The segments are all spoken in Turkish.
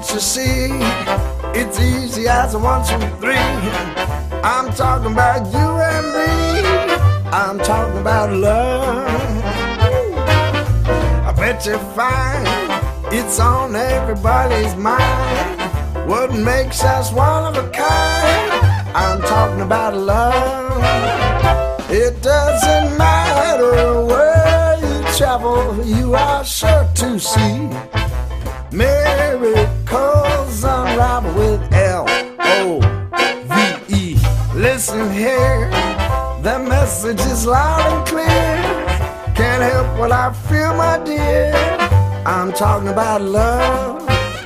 can't you see? It's easy as a 1, 2, 3. I'm talking about you and me. I'm talking about love. I bet you find it's on everybody's mind. What makes us one of a kind? I'm talking about love. It doesn't matter where you travel, you are sure to see miracles unravel with L-O-V-E. Listen here, the message is loud and clear. Can't help what I feel, my dear. I'm talking about love.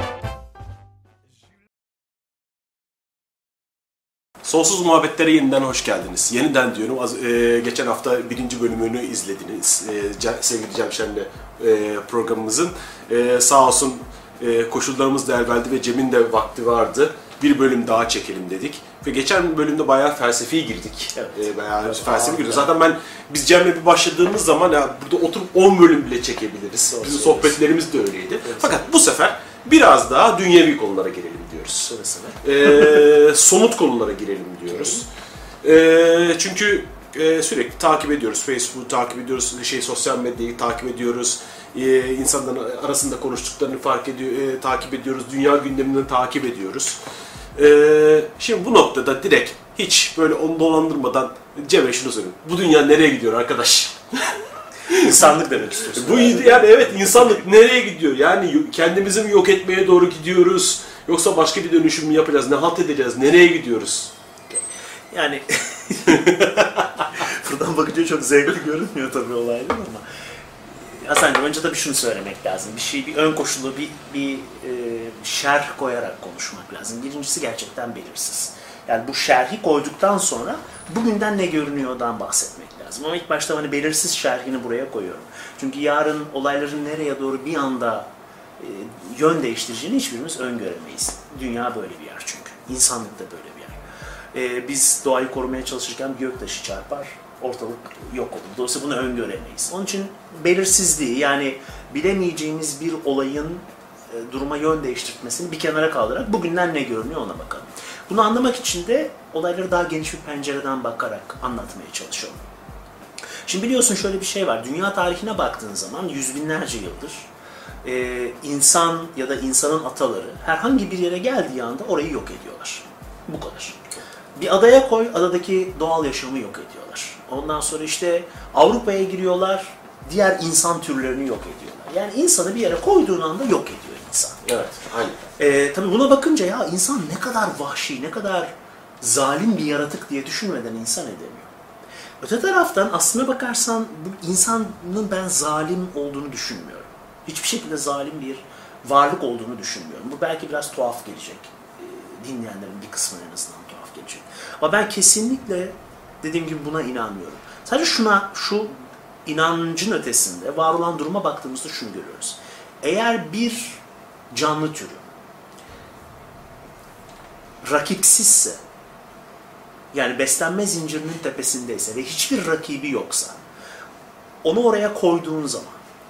Sonsuz Muhabbetlere yeniden hoş geldiniz. Yeniden diyorum. Geçen hafta 1. bölümünü izlediniz. Sevgili Cem Şen'le programımızın. Sağ olsun koşullarımız da el verdi ve Cem'in de vakti vardı. Bir bölüm daha çekelim dedik. Ve geçen bölümde bayağı felsefi girdik. Evet. Bayağı felsefi girdik. Zaten biz Cem'le bir başladığımız zaman ya burada oturup 10 bölüm bile çekebiliriz. Bizim sohbetlerimiz de öyleydi. Evet. Fakat bu sefer biraz daha dünyevi konulara girelim diyoruz. Somut konulara girelim diyoruz. Çünkü sürekli takip ediyoruz. Facebook'u takip ediyoruz, sosyal medyayı takip ediyoruz. İnsanların arasında konuştuklarını takip ediyoruz. Dünya gündemini takip ediyoruz. Şimdi bu noktada direkt hiç böyle onu dolandırmadan Cem'e şunu söyleyeyim. Bu dünya nereye gidiyor arkadaş? İnsanlık demek istiyorsun. Bu yani evet, insanlık nereye gidiyor? Yani kendimizi mi yok etmeye doğru gidiyoruz? Yoksa başka bir dönüşüm mü yapacağız? Ne halt edeceğiz? Nereye gidiyoruz? Yani buradan bakınca çok zevkli görünmüyor tabii olaylar ama Hasan'cığım önce tabii şunu söylemek lazım. Bir ön koşulu, bir şerh koyarak konuşmak lazım. Birincisi gerçekten belirsiz. Yani bu şerhi koyduktan sonra bugünden ne görünüyordan bahsetmek lazım. Ama ilk başta hani belirsiz şerhini buraya koyuyorum. Çünkü yarın olayların nereye doğru bir anda yön değiştireceğini hiçbirimiz öngöremeyiz. Dünya böyle bir yer çünkü. İnsanlık da böyle bir yer. Biz doğayı korumaya çalışırken bir göktaşı çarpar, ortalık yok olur. Dolayısıyla bunu öngöremeyiz. Onun için belirsizliği, yani bilemeyeceğimiz bir olayın duruma yön değiştirmesini bir kenara kaldırarak bugünden ne görünüyor ona bakalım. Bunu anlamak için de olayları daha geniş bir pencereden bakarak anlatmaya çalışalım. Şimdi biliyorsun şöyle bir şey var. Dünya tarihine baktığın zaman yüz binlerce yıldır insan ya da insanın ataları herhangi bir yere geldiği anda orayı yok ediyorlar. Bu kadar. Bir adaya koy, adadaki doğal yaşamı yok ediyorlar. Ondan sonra işte Avrupa'ya giriyorlar, diğer insan türlerini yok ediyorlar. Yani insanı bir yere koyduğun anda yok ediyor insan. Evet, aynen. Tabii buna bakınca ya insan ne kadar vahşi, ne kadar zalim bir yaratık diye düşünmeden insan edemiyor. Öte taraftan aslına bakarsan bu insanın ben zalim olduğunu düşünmüyorum. Hiçbir şekilde zalim bir varlık olduğunu düşünmüyorum. Bu belki biraz tuhaf gelecek. Dinleyenlerin bir kısmına en azından tuhaf gelecek. Ama ben kesinlikle dediğim gibi buna inanmıyorum. Sadece şu inancın ötesinde var olan duruma baktığımızda şunu görüyoruz. Eğer bir canlı türü rakipsizse, yani beslenme zincirinin tepesindeyse ve hiçbir rakibi yoksa, onu oraya koyduğun zaman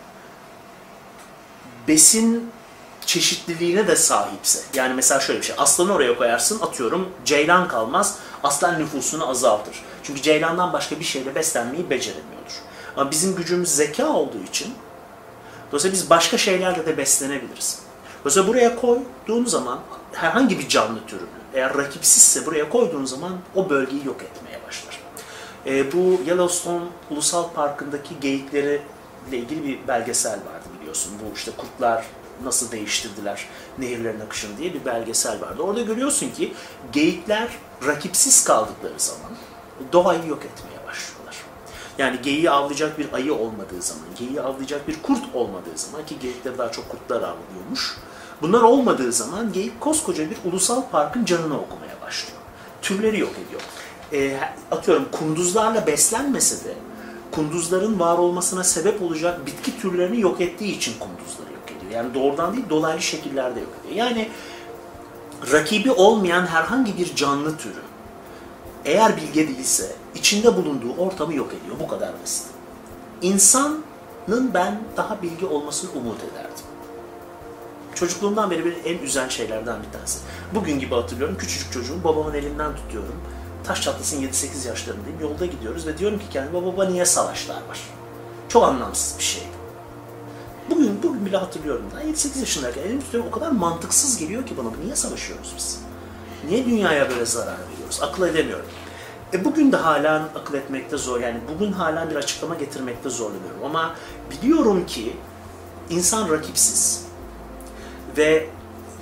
besin çeşitliliğine de sahipse, yani mesela şöyle bir şey, aslanı oraya koyarsın, atıyorum ceylan kalmaz, aslan nüfusunu azaltır. Çünkü ceylandan başka bir şeyle beslenmeyi beceremiyordur. Ama bizim gücümüz zeka olduğu için, dolayısıyla biz başka şeylerle de beslenebiliriz. Dolayısıyla buraya koyduğun zaman herhangi bir canlı türünü, eğer rakipsizse buraya koyduğun zaman o bölgeyi yok etmeye başlar. Bu Yellowstone Ulusal Parkı'ndaki geyikleri ile ilgili bir belgesel vardı biliyorsun. Bu işte kurtlar nasıl değiştirdiler nehirlerin akışını diye bir belgesel vardı. Orada görüyorsun ki geyikler rakipsiz kaldıkları zaman doğayı yok etmeye başlıyorlar. Yani geyiği avlayacak bir ayı olmadığı zaman, geyiği avlayacak bir kurt olmadığı zaman, ki geyikleri daha çok kurtlar avlıyormuş. Bunlar olmadığı zaman geyik koskoca bir ulusal parkın canını okumaya başlıyor. Türleri yok ediyor. Atıyorum kunduzlarla beslenmese de kunduzların var olmasına sebep olacak bitki türlerini yok ettiği için kunduzları yok ediyor. Yani doğrudan değil, dolaylı şekillerde yok ediyor. Yani rakibi olmayan herhangi bir canlı türü eğer bilge değilse içinde bulunduğu ortamı yok ediyor. Bu kadar basit. İnsanın ben daha bilgi olmasını umut ederdim. Çocukluğumdan beri beni en üzen şeylerden bir tanesi. Bugün gibi hatırlıyorum, küçücük çocuğum, babamın elinden tutuyorum. Taş çatlasın 7-8 yaşlarındayım, yolda gidiyoruz ve diyorum ki kendime, baba niye savaşlar var? Çok anlamsız bir şey. Bugün bile hatırlıyorum. Daha 7-8 yaşındayken elimi tutuyorum, o kadar mantıksız geliyor ki bana, niye savaşıyoruz biz? Niye dünyaya böyle zarar veriyoruz? Akıl edemiyorum. Bugün de halen akıl etmekte zor, yani bugün halen bir açıklama getirmekte zorlanıyorum. Ama biliyorum ki insan rakipsiz. Ve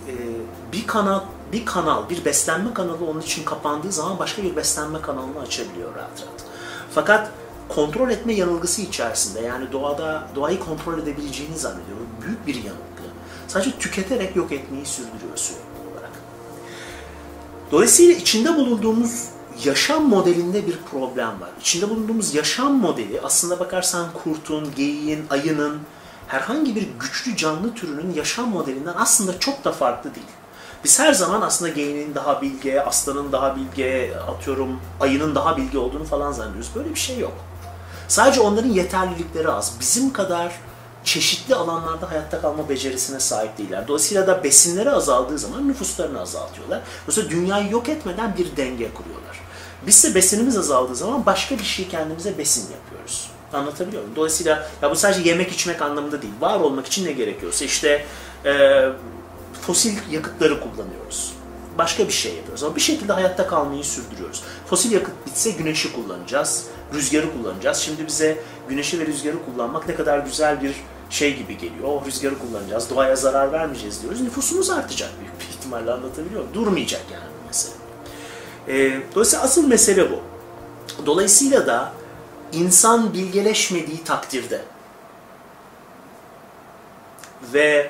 bir beslenme kanalı onun için kapandığı zaman başka bir beslenme kanalını açabiliyor rahat rahat. Fakat kontrol etme yanılgısı içerisinde, yani doğayı kontrol edebileceğini zannediyor. Büyük bir yanılgı. Sadece tüketerek yok etmeyi sürdürüyor sürekli olarak. Dolayısıyla içinde bulunduğumuz yaşam modelinde bir problem var. İçinde bulunduğumuz yaşam modeli aslında bakarsan kurtun, geyiğin, ayının, herhangi bir güçlü canlı türünün yaşam modelinden aslında çok da farklı değil. Biz her zaman aslında geyiğin daha bilge, aslanın daha bilge, ayının daha bilge olduğunu falan zannediyoruz. Böyle bir şey yok. Sadece onların yeterlilikleri az. Bizim kadar çeşitli alanlarda hayatta kalma becerisine sahip değiller. Dolayısıyla da besinleri azaldığı zaman nüfuslarını azaltıyorlar. Dolayısıyla dünyayı yok etmeden bir denge kuruyorlar. Biz de besinimiz azaldığı zaman başka bir şey kendimize besin yapıyoruz. Anlatabiliyor muyum? Dolayısıyla ya bu sadece yemek içmek anlamında değil. Var olmak için ne gerekiyorsa işte fosil yakıtları kullanıyoruz. Başka bir şey yapıyoruz ama bir şekilde hayatta kalmayı sürdürüyoruz. Fosil yakıt bitse güneşi kullanacağız, rüzgarı kullanacağız. Şimdi bize güneşi ve rüzgarı kullanmak ne kadar güzel bir şey gibi geliyor. O rüzgarı kullanacağız, doğaya zarar vermeyeceğiz diyoruz. Nüfusumuz artacak büyük bir ihtimalle, anlatabiliyor muyum? Durmayacak yani bu mesele. Dolayısıyla asıl mesele bu. Dolayısıyla da insan bilgeleşmediği takdirde ve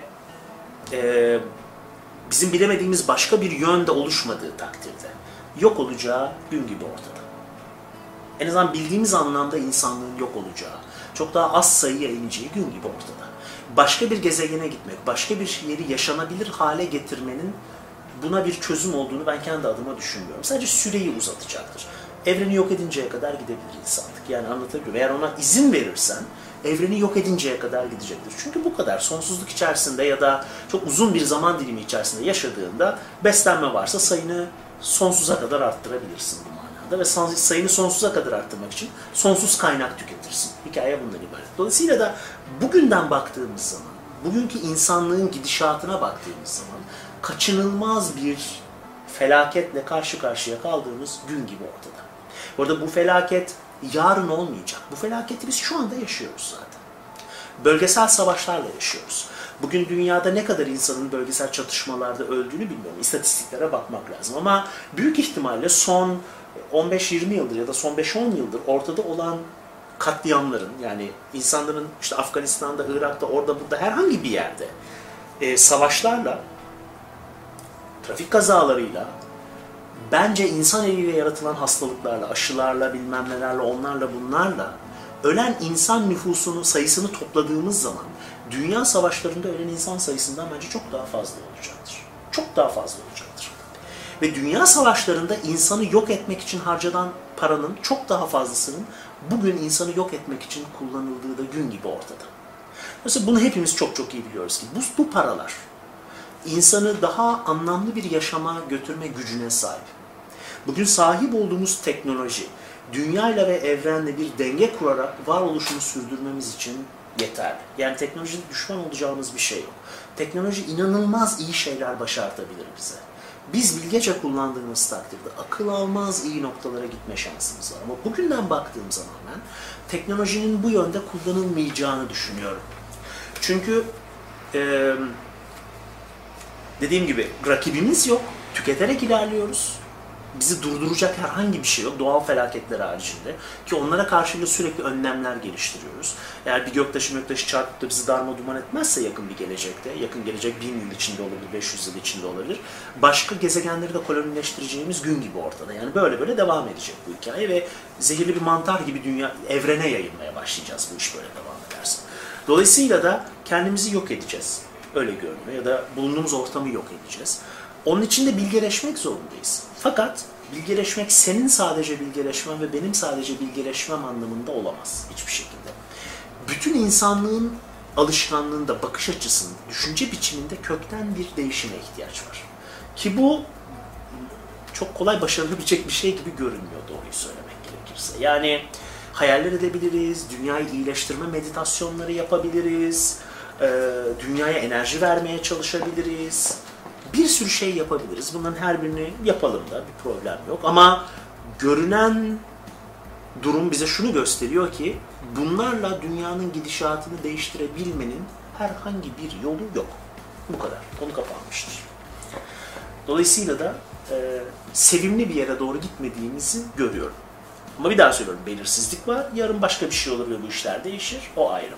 bizim bilemediğimiz başka bir yönde oluşmadığı takdirde yok olacağı gün gibi ortada. En azından bildiğimiz anlamda insanlığın yok olacağı, çok daha az sayıya ineceği gün gibi ortada. Başka bir gezegene gitmek, başka bir yeri yaşanabilir hale getirmenin buna bir çözüm olduğunu ben kendi adıma düşünmüyorum. Sadece süreyi uzatacaktır. Evreni yok edinceye kadar gidebilir insanlık. Yani anlatabiliyor muyum? Eğer ona izin verirsen evreni yok edinceye kadar gidecektir. Çünkü bu kadar sonsuzluk içerisinde ya da çok uzun bir zaman dilimi içerisinde yaşadığında beslenme varsa sayını sonsuza kadar arttırabilirsin bu manada. Ve sayını sonsuza kadar arttırmak için sonsuz kaynak tüketirsin. Hikaye bundan ibaret. Dolayısıyla da bugünden baktığımız zaman, bugünkü insanlığın gidişatına baktığımız zaman kaçınılmaz bir felaketle karşı karşıya kaldığımız gün gibi ortada. Bu arada bu felaket yarın olmayacak. Bu felaketi biz şu anda yaşıyoruz zaten. Bölgesel savaşlarla yaşıyoruz. Bugün dünyada ne kadar insanın bölgesel çatışmalarda öldüğünü bilmiyorum. İstatistiklere bakmak lazım. Ama büyük ihtimalle son 15-20 yıldır ya da son 5-10 yıldır ortada olan katliamların, yani insanların işte Afganistan'da, Irak'ta, orada burada herhangi bir yerde savaşlarla, trafik kazalarıyla, bence insan eliyle yaratılan hastalıklarla, aşılarla, bilmem nelerle, onlarla bunlarla ölen insan nüfusunun sayısını topladığımız zaman dünya savaşlarında ölen insan sayısından bence çok daha fazla olacaktır. Çok daha fazla olacaktır. Ve dünya savaşlarında insanı yok etmek için harcanan paranın çok daha fazlasının bugün insanı yok etmek için kullanıldığı da gün gibi ortada. Mesela bunu hepimiz çok çok iyi biliyoruz ki bu paralar insanı daha anlamlı bir yaşama götürme gücüne sahip. Bugün sahip olduğumuz teknoloji, dünyayla ve evrenle bir denge kurarak varoluşunu sürdürmemiz için yeterli. Yani teknolojide düşman olacağımız bir şey yok. Teknoloji inanılmaz iyi şeyler başartabilir bize. Biz bilgece kullandığımız takdirde akıl almaz iyi noktalara gitme şansımız var. Ama bugünden baktığım zaman ben teknolojinin bu yönde kullanılmayacağını düşünüyorum. Çünkü dediğim gibi rakibimiz yok, tüketerek ilerliyoruz. Bizi durduracak herhangi bir şey yok doğal felaketler haricinde. Ki onlara karşı sürekli önlemler geliştiriyoruz. Eğer bir göktaşı çarpıp da bizi darmaduman etmezse yakın bir gelecekte, yakın gelecek 1000 yıl içinde olabilir, 500 yıl içinde olabilir, başka gezegenleri de kolonileştireceğimiz gün gibi ortada. Yani böyle devam edecek bu hikaye ve zehirli bir mantar gibi evrene yayılmaya başlayacağız bu iş böyle devam ederse. Dolayısıyla da kendimizi yok edeceğiz. Öyle görünüyor ya da bulunduğumuz ortamı yok edeceğiz. Onun için de bilgeleşmek zorundayız. Fakat bilgeleşmek senin sadece bilgeleşmen ve benim sadece bilgeleşmem anlamında olamaz hiçbir şekilde. Bütün insanlığın alışkanlığında, bakış açısında, düşünce biçiminde kökten bir değişime ihtiyaç var. Ki bu çok kolay başarılabilecek bir şey gibi görünmüyor doğruyu söylemek gerekirse. Yani hayaller edebiliriz, dünyayı iyileştirme meditasyonları yapabiliriz, dünyaya enerji vermeye çalışabiliriz. Bir sürü şey yapabiliriz. Bunların her birini yapalım da bir problem yok. Ama görünen durum bize şunu gösteriyor ki bunlarla dünyanın gidişatını değiştirebilmenin herhangi bir yolu yok. Bu kadar. Konu kapanmıştır. Dolayısıyla da sevimli bir yere doğru gitmediğimizi görüyorum. Ama bir daha söylüyorum, belirsizlik var. Yarın başka bir şey olur ve bu işler değişir. O ayrı.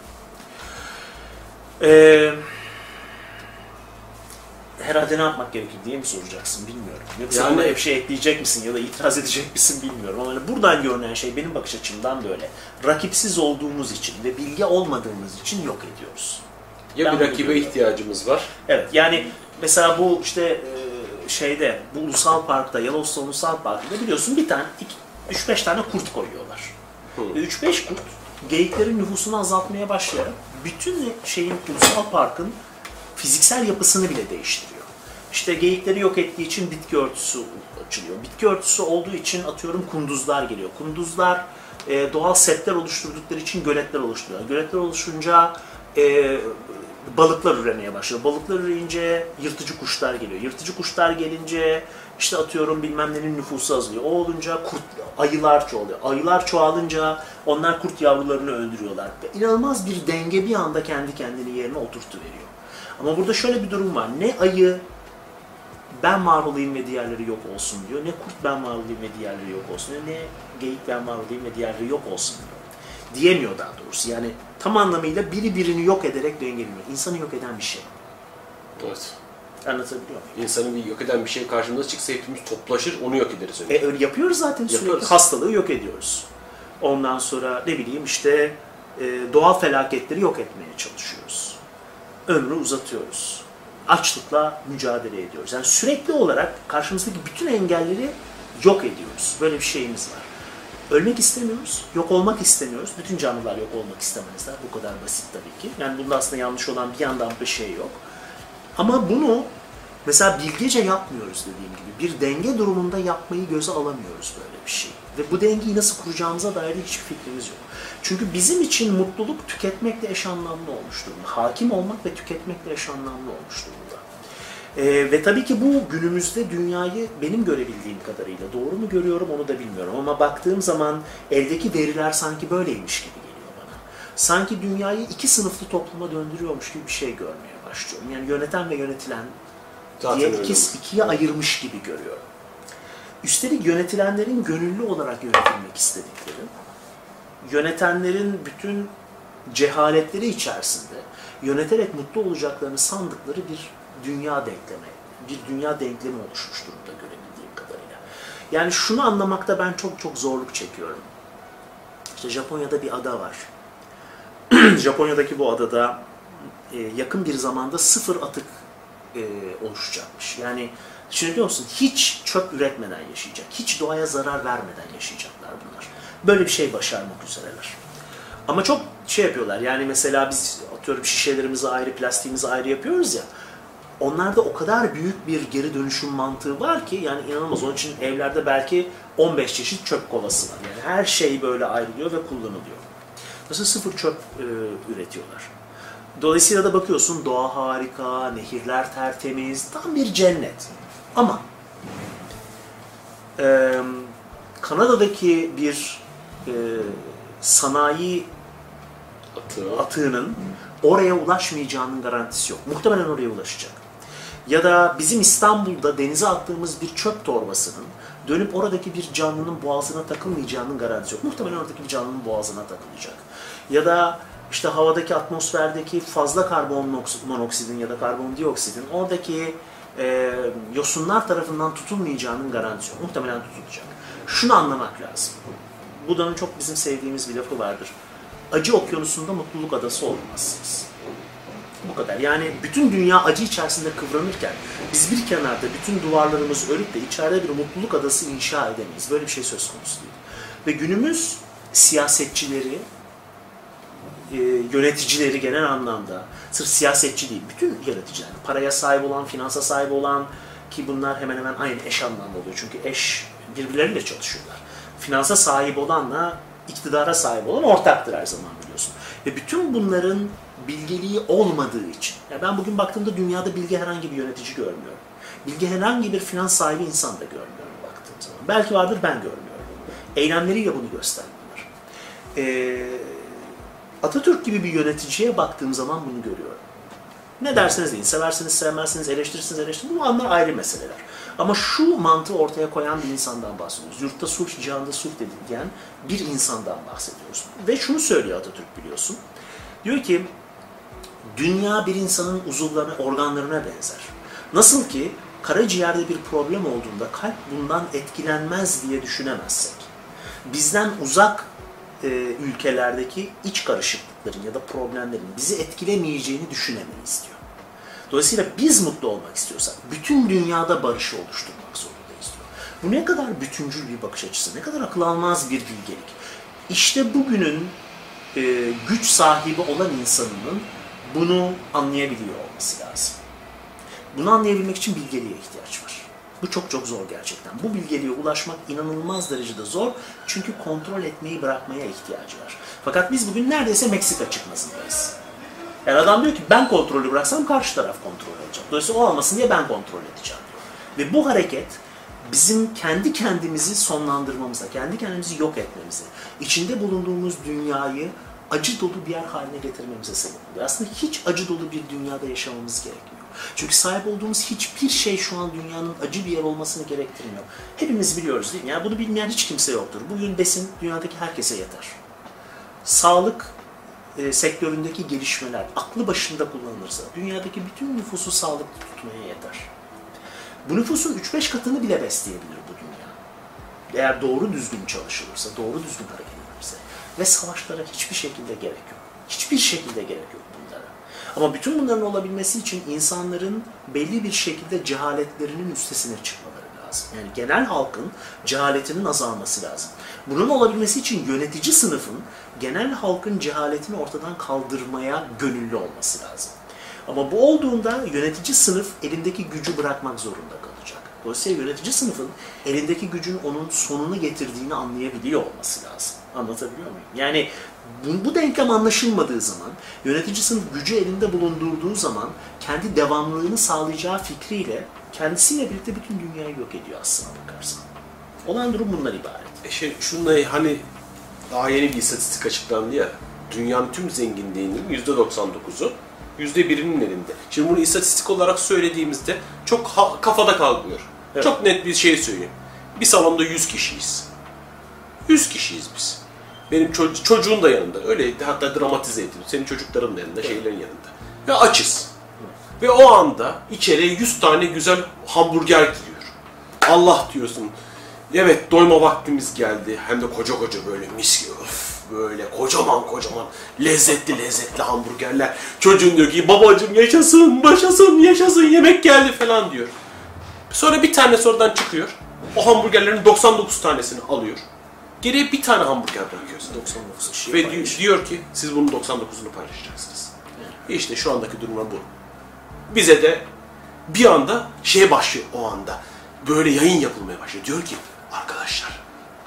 Herhalde ne yapmak gerekir diye mi soracaksın bilmiyorum. Yoksa yani, bir şey ekleyecek misin ya da itiraz edecek misin bilmiyorum. Ama buradan görünen şey benim bakış açımdan da öyle. Rakipsiz olduğumuz için ve bilgi olmadığımız için yok ediyoruz. Ya bir rakibe ihtiyacımız var. Evet, yani mesela bu işte bu Ulusal Park'ta, Yellowstone Ulusal Park'ta biliyorsun bir tane, 3-5 tane kurt koyuyorlar. Ve 3-5 kurt geyiklerin nüfusunu azaltmaya başlayarak bütün Ulusal Park'ın fiziksel yapısını bile değiştiriyor. İşte geyikleri yok ettiği için bitki örtüsü açılıyor. Bitki örtüsü olduğu için atıyorum kunduzlar geliyor. Kunduzlar doğal setler oluşturdukları için göletler oluşturuyor. Göletler oluşunca balıklar üremeye başlıyor. Balıklar üreyince yırtıcı kuşlar geliyor. Yırtıcı kuşlar gelince işte atıyorum bilmem nenin nüfusu azalıyor. O olunca ayılar çoğalıyor. Ayılar çoğalınca onlar kurt yavrularını öldürüyorlar. İnanılmaz bir denge bir anda kendi kendini yerine oturtuveriyor. Ama burada şöyle bir durum var. Ne ayı ben var olayım ve diğerleri yok olsun diyor. Ne kurt ben var olayım ve diğerleri yok olsun diyor. Ne geyik ben var olayım ve diğerleri yok olsun diyor. Diyemiyor daha doğrusu. Yani tam anlamıyla biri birini yok ederek dengeleniyor. İnsanı yok eden bir şey. Evet. Anlatabiliyor muyum? İnsanı bir yok eden bir şey karşımıza çıksa hepimiz toplaşır, onu yok ederiz önce. Öyle yapıyoruz zaten sürekli. Yapıyoruz. Hastalığı yok ediyoruz. Ondan sonra ne bileyim işte doğal felaketleri yok etmeye çalışıyoruz. Ömrü uzatıyoruz. Açlıkla mücadele ediyoruz. Yani sürekli olarak karşımızdaki bütün engelleri yok ediyoruz. Böyle bir şeyimiz var. Ölmek istemiyoruz, yok olmak istemiyoruz. Bütün canlılar yok olmak istemezler. Bu kadar basit tabii ki. Yani bunda aslında yanlış olan bir yandan bir şey yok. Ama bunu mesela bilgece yapmıyoruz dediğim gibi. Bir denge durumunda yapmayı göze alamıyoruz böyle bir şey. Ve bu dengeyi nasıl kuracağımıza dair hiçbir fikrimiz yok. Çünkü bizim için mutluluk tüketmekle eş anlamlı olmuş durumda. Hakim olmak ve tüketmekle eş anlamlı olmuş durumda. Ve tabii ki bu günümüzde dünyayı benim görebildiğim kadarıyla doğru mu görüyorum onu da bilmiyorum. Ama baktığım zaman eldeki veriler sanki böyleymiş gibi geliyor bana. Sanki dünyayı iki sınıflı topluma döndürüyormuş gibi bir şey görmeye başlıyorum. Yani yöneten ve yönetilen diye ikiye ayırmış gibi görüyorum. Üstelik yönetilenlerin gönüllü olarak yönetilmek istedikleri, yönetenlerin bütün cehaletleri içerisinde yöneterek mutlu olacaklarını sandıkları bir dünya denklemi, oluşmuş durumda görebildiğim kadarıyla. Yani şunu anlamakta ben çok zorluk çekiyorum. İşte Japonya'da bir ada var. Japonya'daki bu adada yakın bir zamanda sıfır atık oluşacakmış. Yani düşünebiliyor musun? Hiç çöp üretmeden yaşayacak, hiç doğaya zarar vermeden yaşayacaklar bunlar. Böyle bir şey başarmak üzereler. Ama çok yapıyorlar. Yani mesela biz atıyorum şişelerimizi ayrı, plastiğimizi ayrı yapıyoruz ya. Onlarda o kadar büyük bir geri dönüşüm mantığı var ki yani inanılmaz. Onun için evlerde belki 15 çeşit çöp kovası var. Yani her şey böyle ayrılıyor ve kullanılıyor. Mesela sıfır çöp üretiyorlar. Dolayısıyla da bakıyorsun doğa harika, nehirler tertemiz, tam bir cennet. Ama Kanada'daki bir sanayi atığının oraya ulaşmayacağının garantisi yok. Muhtemelen oraya ulaşacak. Ya da bizim İstanbul'da denize attığımız bir çöp torbasının dönüp oradaki bir canlının boğazına takılmayacağının garantisi yok. Muhtemelen oradaki bir canlının boğazına takılacak. Ya da işte havadaki, atmosferdeki fazla karbon monoksidin ya da karbondioksitin oradaki yosunlar tarafından tutulmayacağının garantisi yok. Muhtemelen tutulacak. Şunu anlamak lazım. Buda'nın çok bizim sevdiğimiz bir lafı vardır. Acı okyanusunda mutluluk adası olmazsınız. Bu kadar. Yani bütün dünya acı içerisinde kıvranırken biz bir kenarda bütün duvarlarımız örüp de içeride bir mutluluk adası inşa edemeyiz. Böyle bir şey söz konusu değil. Ve günümüz siyasetçileri yöneticileri genel anlamda, sırf siyasetçi değil, bütün yöneticiler, paraya sahip olan, finansa sahip olan, ki bunlar hemen hemen aynı eş anlamda oluyor. Çünkü eş birbirleriyle çalışıyorlar. Finansa sahip olanla iktidara sahip olan ortaktır her zaman, biliyorsun. Ve bütün bunların bilgeliği olmadığı için, yani ben bugün baktığımda dünyada bilgi herhangi bir yönetici görmüyorum. Bilgi herhangi bir finans sahibi insan da görmüyorum baktığım zaman. Belki vardır, ben görmüyorum. Eylemleriyle bunu göstermiyorlar. Atatürk gibi bir yöneticiye baktığım zaman bunu görüyorum. Ne derseniz deyin, seversiniz, sevmezsiniz, eleştirirsiniz, eleştirirsiniz. Bunlar ayrı meseleler. Ama şu mantığı ortaya koyan bir insandan bahsediyoruz. Yurtta sulh, cihanda sulh diyen bir insandan bahsediyoruz. Ve şunu söylüyor Atatürk, biliyorsun. Diyor ki, dünya bir insanın uzuvlarına, organlarına benzer. Nasıl ki karaciğerde bir problem olduğunda kalp bundan etkilenmez diye düşünemezsek, bizden uzak ülkelerdeki iç karışıklıkların ya da problemlerin bizi etkilemeyeceğini düşünemeyiz diyor. Dolayısıyla biz mutlu olmak istiyorsak bütün dünyada barışı oluşturmak zorundayız diyor. Bu ne kadar bütüncül bir bakış açısı, ne kadar akıl almaz bir bilgelik. İşte bugünün güç sahibi olan insanının bunu anlayabiliyor olması lazım. Bunu anlayabilmek için bilgeliğe ihtiyaç var. Bu çok çok zor gerçekten. Bu bilgeliğe ulaşmak inanılmaz derecede zor. Çünkü kontrol etmeyi bırakmaya ihtiyacı var. Fakat biz bugün neredeyse Meksika çıkmasındayız. Yani adam diyor ki ben kontrolü bıraksam karşı taraf kontrol edecek. Dolayısıyla o almasın diye ben kontrol edeceğim diyor. Ve bu hareket bizim kendi kendimizi sonlandırmamıza, kendi kendimizi yok etmemize, içinde bulunduğumuz dünyayı acı dolu bir yer haline getirmemize sebep oluyor. Aslında hiç acı dolu bir dünyada yaşamamız gerekmiyor. Çünkü sahip olduğumuz hiçbir şey şu an dünyanın acı bir yer olmasını gerektirmiyor. Hepimiz biliyoruz değil mi? Yani bunu bilmeyen hiç kimse yoktur. Bugün besin dünyadaki herkese yeter. Sağlık sektöründeki gelişmeler aklı başında kullanılırsa dünyadaki bütün nüfusu sağlıklı tutmaya yeter. Bu nüfusun 3-5 katını bile besleyebilir bu dünya. Eğer doğru düzgün çalışılırsa, doğru düzgün hareket edilirse. Ve savaşlara hiçbir şekilde gerek yok. Hiçbir şekilde gerek yok bunlara. Ama bütün bunların olabilmesi için insanların belli bir şekilde cehaletlerinin üstesine çıkmaları lazım. Yani genel halkın cehaletinin azalması lazım. Bunun olabilmesi için yönetici sınıfın genel halkın cehaletini ortadan kaldırmaya gönüllü olması lazım. Ama bu olduğunda yönetici sınıf elindeki gücü bırakmak zorunda kalacak. Dolayısıyla yönetici sınıfın elindeki gücün onun sonunu getirdiğini anlayabiliyor olması lazım. Anlatabiliyor muyum? Yani bu denklem anlaşılmadığı zaman, yönetici sınıf gücü elinde bulundurduğu zaman kendi devamlılığını sağlayacağı fikriyle kendisiyle birlikte bütün dünyayı yok ediyor aslına bakarsan. Olan durum bundan ibaret. Şununla hani daha yeni bir istatistik açıklandı ya, dünyanın tüm zenginliğinin %99'u %1'inin elinde. Şimdi bunu istatistik olarak söylediğimizde çok kafada kalmıyor. Evet. Çok net bir şey söyleyeyim. Bir salonda 100 kişiyiz. 100 kişiyiz biz. Benim çocuğun da yanında. Öyle hatta dramatize edildi. Senin çocukların da yanında, şeylerin yanında. Ve açız. Ve o anda içeriye 100 tane güzel hamburger giriyor. Allah diyorsun. Evet, doyma vaktimiz geldi. Hem de koca koca böyle mis gibi. Böyle kocaman kocaman lezzetli hamburgerler. Çocuğun diyor ki babacığım yaşasın yemek geldi falan diyor. Sonra bir tane sonradan çıkıyor. O hamburgerlerin 99 tanesini alıyor. Geriye bir tane hamburger bırakıyorsun. 99 kişi. Ve diyor ki siz bunun 99'unu paylaşacaksınız. Evet. İşte şu andaki durum bu. Bize de bir anda başlıyor o anda. Böyle yayın yapılmaya başlıyor. Diyor ki arkadaşlar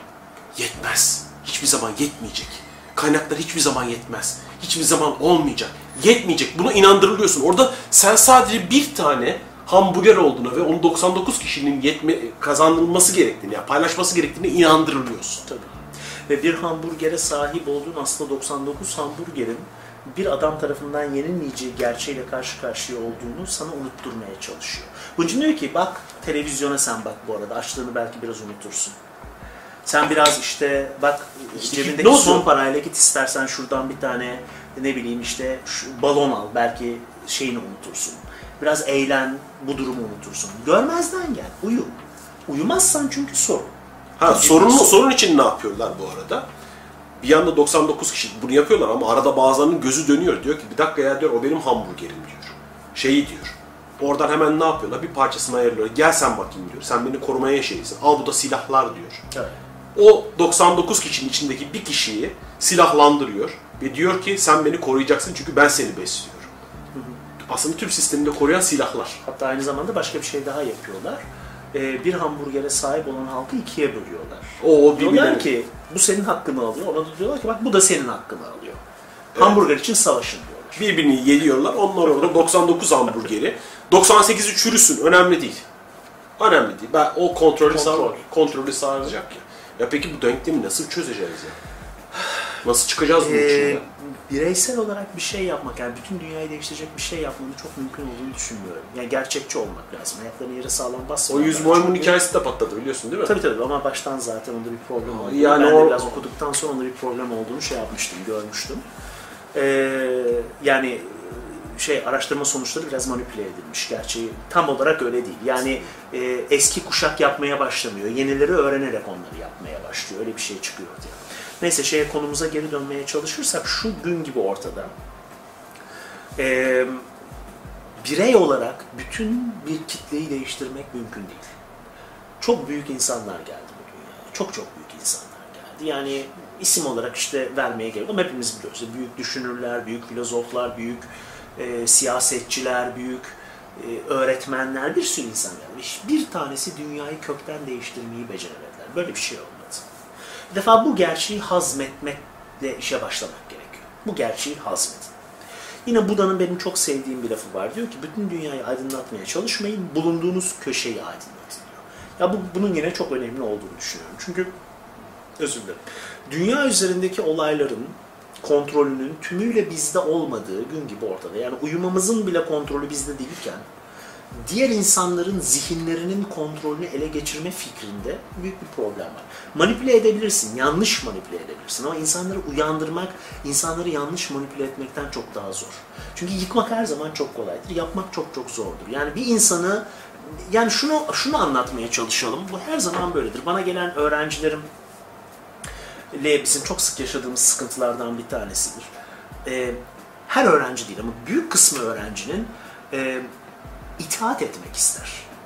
yetmez. Hiçbir zaman yetmeyecek. Kaynaklar hiçbir zaman yetmez. Hiçbir zaman olmayacak. Yetmeyecek. Buna inandırılıyorsun. Orada sen sadece bir tane hamburger olduğuna ve onun 99 kişinin kazanılması gerektiğini, yani paylaşması gerektiğine inandırılıyorsun. Tabii. Ve bir hamburgere sahip olduğun aslında 99 hamburgerin bir adam tarafından yenilmeyeceği gerçeğiyle karşı karşıya olduğunu sana unutturmaya çalışıyor. Bunun için diyor ki bak televizyona sen bak bu arada açlığını belki biraz unutursun. Sen biraz bak cebindeki son parayla git istersen şuradan bir tane balon al belki şeyini unutursun. Biraz eğlen bu durumu unutursun. Görmezden gel uyu. Uyumazsan çünkü sorun. Sorun için ne yapıyorlar bu arada? Bir yanda 99 kişi bunu yapıyorlar ama arada bazılarının gözü dönüyor. Diyor ki bir dakika ya diyor o benim hamburgerim diyor. Diyor. Oradan hemen ne yapıyorlar? Bir parçasını ayırıyorlar. Gel sen bakayım diyor. Sen beni korumaya şeysin. Al bu da silahlar diyor. Evet. O 99 kişinin içindeki bir kişiyi silahlandırıyor ve diyor ki sen beni koruyacaksın çünkü ben seni besliyorum. Aslında tüm sisteminde koruyan silahlar. Hatta aynı zamanda başka bir şey daha yapıyorlar. Bir hamburgere sahip olan halkı ikiye bölüyorlar. Diyorlar ki bu senin hakkını alıyor. Ona da diyorlar ki bak bu da senin hakkını alıyor. Evet. Hamburger için savaşın diyorlar. Birbirini yediyorlar. Onlar orada 99 hamburgeri. 98'i çürüsün. Önemli değil. Önemli değil. Ben o kontrolü sağlayacak ya. Ya peki bu denklemi nasıl çözeceğiz ya? Nasıl çıkacağız bunun içinden? Bireysel olarak bir şey yapmak, yani bütün dünyayı değiştirecek bir şey yapmanın çok mümkün olduğunu düşünmüyorum. Yani gerçekçi olmak lazım. Ayaklarını yere sağlam basmamak. O 100 maymun hikayesi de patladı biliyorsun değil mi? Tabii ama baştan zaten onda bir problem oldu. Yani ben de biraz okuduktan sonra onda bir problem olduğunu görmüştüm. Yani araştırma sonuçları biraz manipüle edilmiş. Gerçi tam olarak öyle değil. Yani eski kuşak yapmaya başlamıyor. Yenileri öğrenerek onları yapmaya başlıyor. Öyle bir şey çıkıyor ortaya. Neyse konumuza geri dönmeye çalışırsak şu gün gibi ortada. Birey olarak bütün bir kitleyi değiştirmek mümkün değil. Çok büyük insanlar geldi bu dünyaya. Çok büyük insanlar geldi. Yani isim olarak vermeye gerek yok ama hepimiz biliyoruz. Büyük düşünürler, büyük filozoflar, büyük siyasetçiler, büyük öğretmenler, bir sürü insan gelmiş. Bir tanesi dünyayı kökten değiştirmeyi beceremediler. Böyle bir şey olmadı. Bir defa bu gerçeği hazmetmekle işe başlamak gerekiyor. Bu gerçeği hazmedin. Yine Buda'nın benim çok sevdiğim bir lafı var. Diyor ki bütün dünyayı aydınlatmaya çalışmayın, bulunduğunuz köşeyi aydınlatın diyor. Ya bunun yine çok önemli olduğunu düşünüyorum. Çünkü özür dilerim. Dünya üzerindeki olayların kontrolünün tümüyle bizde olmadığı gün gibi ortada. Yani uyumamızın bile kontrolü bizde değilken diğer insanların zihinlerinin kontrolünü ele geçirme fikrinde büyük bir problem var. Manipüle edebilirsin, yanlış manipüle edebilirsin ama insanları uyandırmak, insanları yanlış manipüle etmekten çok daha zor. Çünkü yıkmak her zaman çok kolaydır, yapmak çok zordur. Yani bir insanı, yani şunu anlatmaya çalışalım, bu her zaman böyledir. Bana gelen öğrencilerim, bizim çok sık yaşadığımız sıkıntılardan bir tanesidir. Her öğrenci değil ama büyük kısmı öğrencinin itaat etmek ister.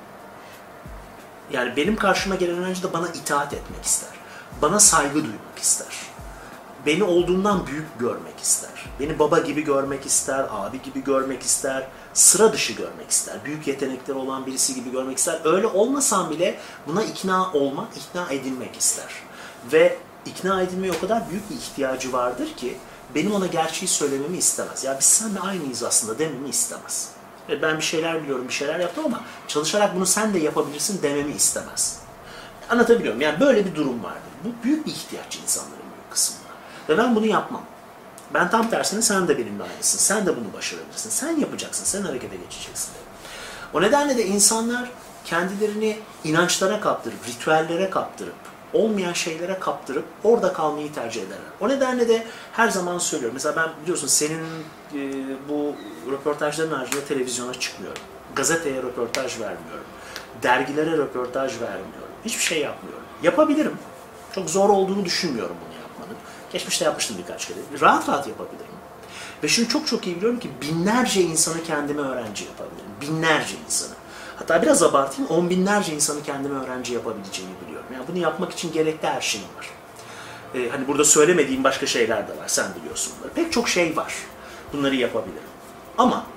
Yani benim karşıma gelen öğrenci de bana itaat etmek ister. Bana saygı duymak ister. Beni olduğundan büyük görmek ister. Beni baba gibi görmek ister, abi gibi görmek ister, sıra dışı görmek ister. Büyük yetenekleri olan birisi gibi görmek ister. Öyle olmasam bile buna ikna edilmek ister. Ve ikna edilmeye o kadar büyük bir ihtiyacı vardır ki benim ona gerçeği söylememi istemez. Ya biz seninle aynıyız aslında dememi istemez. Ben bir şeyler biliyorum, bir şeyler yaptım ama çalışarak bunu sen de yapabilirsin dememi istemez. Anlatabiliyorum. Yani böyle bir durum vardır. Bu büyük bir ihtiyaç insanların büyük kısmında. Ve ben bunu yapmam. Ben tam tersine sen de benimle aynısın. Sen de bunu başarabilirsin. Sen yapacaksın. Sen harekete geçeceksin. O nedenle de insanlar kendilerini inançlara kaptırıp, ritüellere kaptırıp, olmayan şeylere kaptırıp orada kalmayı tercih ederler. O nedenle de her zaman söylüyorum. Mesela ben biliyorsun senin bu röportajların haricinde televizyona çıkmıyorum. Gazeteye röportaj vermiyorum. Dergilere röportaj vermiyorum. Hiçbir şey yapmıyorum. Yapabilirim. Çok zor olduğunu düşünmüyorum bunu yapmanın. Geçmişte yapmıştım birkaç kere. Rahat yapabilirim. Ve şunu çok iyi biliyorum ki binlerce insanı kendime öğrenci yapabilirim. Binlerce insanı. Hatta biraz abartayım, 10 binlerce insanı kendime öğrenci yapabileceğimi biliyorum. Yani bunu yapmak için gerekli her şey var. Hani burada söylemediğim başka şeyler de var, sen biliyorsun bunları. Pek çok şey var. Bunları yapabilirim. Ama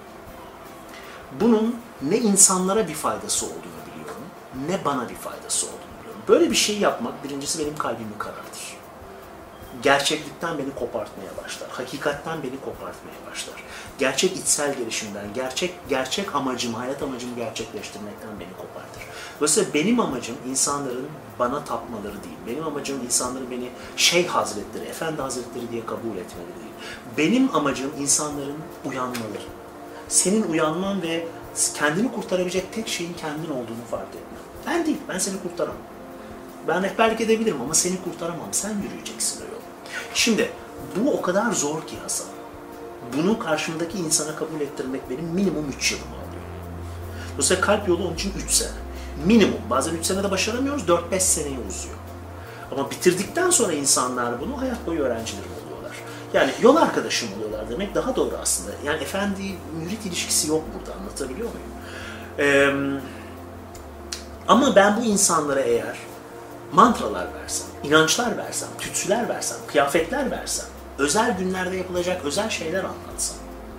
bunun ne insanlara bir faydası olduğunu biliyorum, ne bana bir faydası olduğunu biliyorum. Böyle bir şey yapmak, birincisi benim kalbimi karartır. Gerçeklikten beni kopartmaya başlar. Hakikatten beni kopartmaya başlar. Gerçek içsel gelişimden, gerçek amacım, hayat amacımı gerçekleştirmekten beni kopartır. Dolayısıyla benim amacım insanların bana tapmaları değil. Benim amacım insanların beni Şeyh Hazretleri, Efendi Hazretleri diye kabul etmeleri değil. Benim amacım insanların uyanmaları. Senin uyanman ve kendini kurtarabilecek tek şeyin kendin olduğunu fark etmen. Ben değil, ben seni kurtaramam. Ben rehberlik edebilirim ama seni kurtaramam. Sen yürüyeceksin o yolu. Şimdi bu o kadar zor ki Hasan. Bunu karşımdaki insana kabul ettirmek benim minimum 3 yılımı alıyor. Dolayısıyla kalp yolu onun için 3 sene. Minimum. Bazen 3 senede başaramıyoruz, 4-5 seneye uzuyor. Ama bitirdikten sonra insanlar bunu hayat boyu öğrencilerim oluyorlar. Yani yol arkadaşım oluyorlar demek daha doğru aslında. Yani efendi-mürit ilişkisi yok burada, anlatabiliyor muyum? Ama ben bu insanlara eğer mantralar versem, inançlar versem, tütsüler versem, kıyafetler versem, özel günlerde yapılacak özel şeyler anlatsam,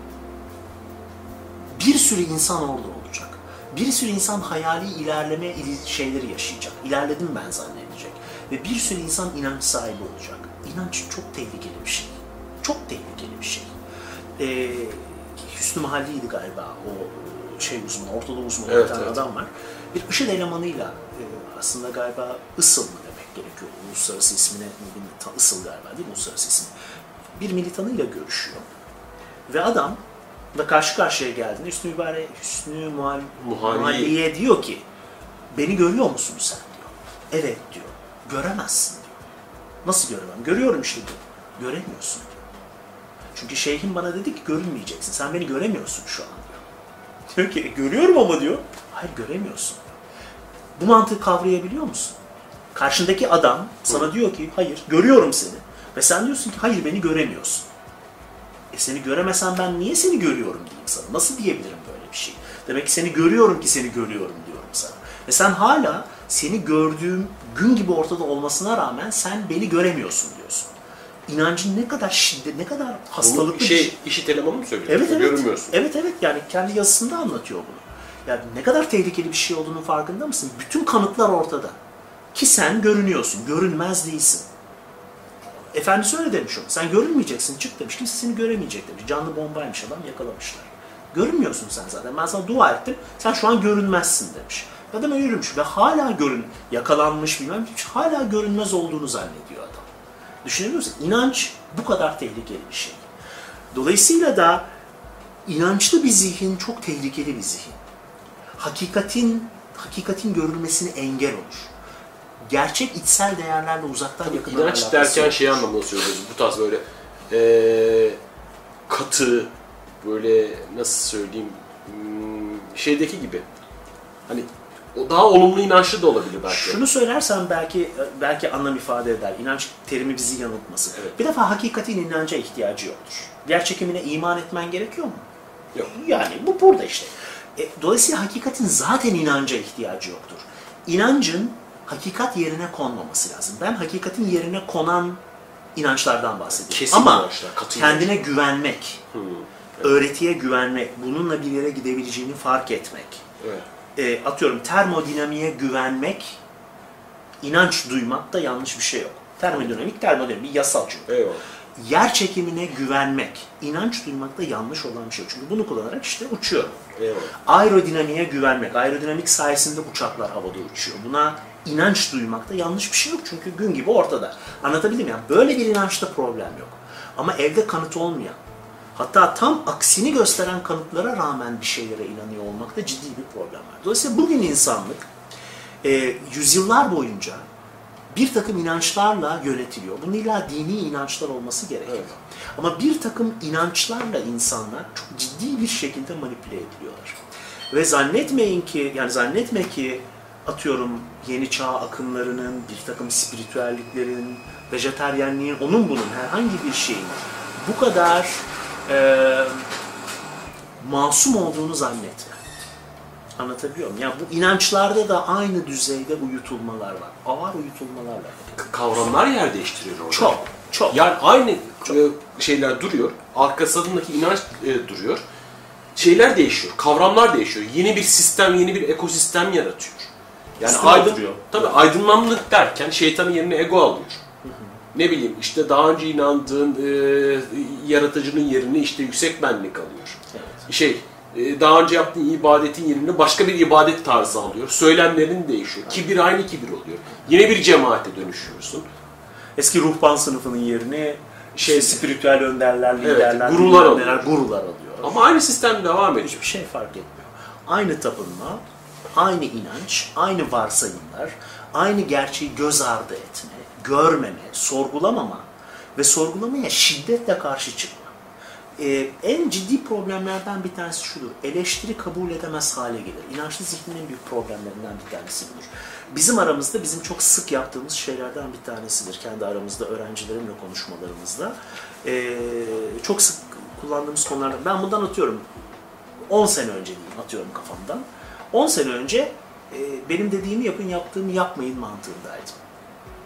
bir sürü insan orada olacak. Bir sürü insan hayali ilerleme şeyleri yaşayacak. İlerledim ben zannedecek. Ve bir sürü insan inanç sahibi olacak. İnanç çok tehlikeli bir şey. Çok tehlikeli bir şey. Hüsnü Mahalli'ydi galiba o şey uzmanı, Orta Doğu uzmanı bir tane adam var. Bir IŞİD elemanıyla aslında galiba ISIL mı demek gerekiyor? Uluslararası ismine, ISIL galiba değil mi uluslararası ismi? Bir militanıyla görüşüyor. Ve adam da karşı karşıya geldiğinde Hüsnü Muhalli'ye diyor ki beni görüyor musun sen diyor. Evet diyor. Göremezsin diyor. Nasıl göremem? Görüyorum işte diyor. Göremiyorsun diyor. Çünkü şeyhim bana dedi ki görünmeyeceksin. Sen beni göremiyorsun şu an diyor. Diyor ki görüyorum ama diyor. Hayır göremiyorsun diyor. Bu mantığı kavrayabiliyor musun? Karşındaki adam sana diyor ki hayır görüyorum seni. Ve sen diyorsun ki hayır beni göremiyorsun. Seni göremesem ben niye seni görüyorum diyeyim sana. Nasıl diyebilirim böyle bir şey? Demek ki seni görüyorum ki seni görüyorum diyorum sana. Ve sen hala seni gördüğüm gün gibi ortada olmasına rağmen sen beni göremiyorsun diyorsun. İnancın ne kadar şiddet, ne kadar hastalıklı bir şey. İşit elemanı mı söylüyor? Evet, evet. Görünmüyorsun. Evet, evet. Yani kendi yazısında anlatıyor bunu. Yani ne kadar tehlikeli bir şey olduğunun farkında mısın? Bütün kanıtlar ortada. Ki sen görünüyorsun, görünmez değilsin. Efendisi öyle demiş o. Sen görünmeyeceksin, çık demiş. Kimse seni göremeyecek demiş. Canlı bombaymış adam, yakalamışlar. Görünmüyorsun sen zaten. Ben sana dua ettim. Sen şu an görünmezsin demiş. Adam öyle yürümüş ve hala yakalanmış bilmem hiç hala görünmez olduğunu zannediyor adam. Düşünebiliyor musun? İnanç bu kadar tehlikeli bir şey. Dolayısıyla da inançlı bir zihin çok tehlikeli bir zihin. Hakikatin görülmesine engel olur. Gerçek içsel değerlerle uzaktan yakından alakası İnanç derken olur. şey anlamında söylüyoruz. Bu tarz böyle katı, böyle nasıl söyleyeyim, şeydeki gibi. Hani o daha olumlu inançlı da olabilir belki. Şunu söylersem belki anlam ifade eder. İnanç terimi bizi yanıltmasın. Evet. Bir defa hakikatin inanca ihtiyacı yoktur. Yer çekimine iman etmen gerekiyor mu? Yok. Yani bu burada işte. Dolayısıyla hakikatin zaten inanca ihtiyacı yoktur. İnancın hakikat yerine konmaması lazım. Ben hakikatin yerine konan inançlardan bahsediyorum. Kesin ama inançlar, katı kendine inançlar. güvenmek, öğretiye güvenmek, bununla bir yere gidebileceğini fark etmek, atıyorum termodinamiğe güvenmek, inanç duymak da yanlış bir şey yok. Termodinamik bir yasal çünkü. Eyvallah. Yer çekimine güvenmek, inanç duymakta yanlış olan bir şey. Çünkü bunu kullanarak işte uçuyorum. Eyvallah. Aerodinamiğe güvenmek, aerodinamik sayesinde uçaklar havada uçuyor. Buna inanç duymakta yanlış bir şey yok çünkü gün gibi ortada. Anlatabildim mi? Yani böyle bir inançta problem yok. Ama evde kanıt olmayan, hatta tam aksini gösteren kanıtlara rağmen bir şeylere inanıyor olmakta ciddi bir problem var. Dolayısıyla bugün insanlık yüzyıllar boyunca bir takım inançlarla yönetiliyor. Bunun illa dini inançlar olması gerekiyor. Evet. Ama bir takım inançlarla insanlar çok ciddi bir şekilde manipüle ediliyorlar. Ve zannetme ki atıyorum yeni çağ akımlarının, bir takım spiritüelliklerin, vejeteryenliğin, onun bunun herhangi bir şeyin bu kadar masum olduğunu zannetme. Anlatabiliyor muyum? Yani bu inançlarda da aynı düzeyde uyutulmalar var. Ağır uyutulmalar var. Kavramlar yer değiştiriyor orada. Çok. Yani aynı şeyler duruyor. Arkasındaki inanç duruyor. Şeyler değişiyor. Kavramlar değişiyor. Yeni bir sistem, yeni bir ekosistem yaratıyor. Yani aydınlanmak derken şeytanın yerine ego alıyor. Ne bileyim işte daha önce inandığın yaratıcının yerini işte yüksek benlik alıyor. Evet. Daha önce yaptığın ibadetin yerine başka bir ibadet tarzı alıyor. Söylemlerin değişiyor. Kibir aynı kibir oluyor. Yine bir cemaate dönüşüyorsun. Eski ruhban sınıfının yerine spiritüel önderler, liderler, gurular alıyor. Ama aynı sistem devam ediyor. Hiçbir şey fark etmiyor. Aynı tapınma, aynı inanç, aynı varsayımlar, aynı gerçeği göz ardı etme, görmeme, sorgulamama ve sorgulamaya şiddetle karşı çıkma. En ciddi problemlerden bir tanesi şudur. Eleştiri kabul edemez hale gelir. İnançlı zihnin en büyük problemlerinden bir tanesi budur. Bizim aramızda bizim çok sık yaptığımız şeylerden bir tanesidir. Kendi aramızda öğrencilerimle konuşmalarımızda. Çok sık kullandığımız konulardan. Ben bundan atıyorum 10 sene önce diyeyim, atıyorum kafamdan. 10 sene önce benim dediğimi yapın, yaptığımı yapmayın mantığındaydım.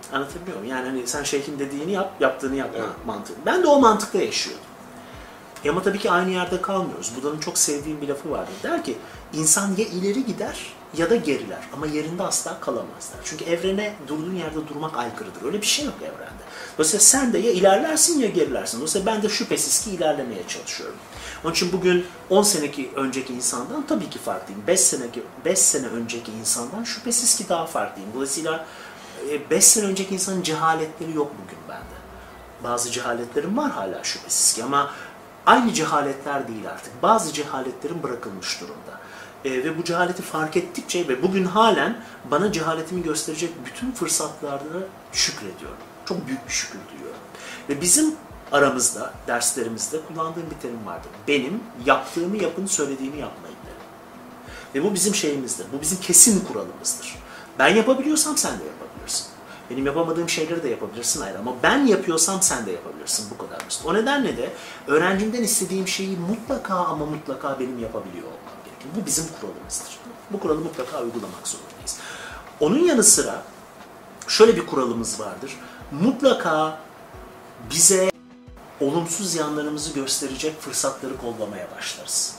Anlatabiliyor muyum? Yani hani sen şeyhin dediğini yap, yaptığını yapma Evet. mantığı. Ben de o mantıkta yaşıyordum. Ama tabii ki aynı yerde kalmıyoruz. Buda'nın çok sevdiğim bir lafı vardır. Der ki, insan ya ileri gider ya da geriler. Ama yerinde asla kalamazlar. Çünkü evrene durduğun yerde durmak aykırıdır. Öyle bir şey yok evrende. Dolayısıyla sen de ya ilerlersin ya gerilersin. Dolayısıyla ben de şüphesiz ki ilerlemeye çalışıyorum. Onun için bugün 10 seneki önceki insandan tabii ki farklıyım. 5 sene önceki insandan şüphesiz ki daha farklıyım. Dolayısıyla 5 sene önceki insanın cehaletleri yok bugün bende. Bazı cehaletlerim var hala şüphesiz ki ama aynı cehaletler değil artık. Bazı cehaletlerim bırakılmış durumda. Ve bu cehaleti fark ettikçe ve bugün halen bana cehaletimi gösterecek bütün fırsatlarda şükrediyorum. Çok büyük bir şükür duyuyorum. Ve bizim aramızda, derslerimizde kullandığım bir terim vardır. Benim yaptığımı yapın, söylediğimi yapmayın derim. Ve bu bizim şeyimizdir. Bu bizim kesin kuralımızdır. Ben yapabiliyorsam sen de yapabilirsin. Benim yapamadığım şeyleri de yapabilirsin ayrı ama ben yapıyorsam sen de yapabilirsin. Bu kadar basit. O nedenle de öğrencimden istediğim şeyi mutlaka ama mutlaka benim yapabiliyor olmam gerekir. Bu bizim kuralımızdır. Bu kuralı mutlaka uygulamak zorundayız. Onun yanı sıra şöyle bir kuralımız vardır. Mutlaka bize olumsuz yanlarımızı gösterecek fırsatları kollamaya başlarız.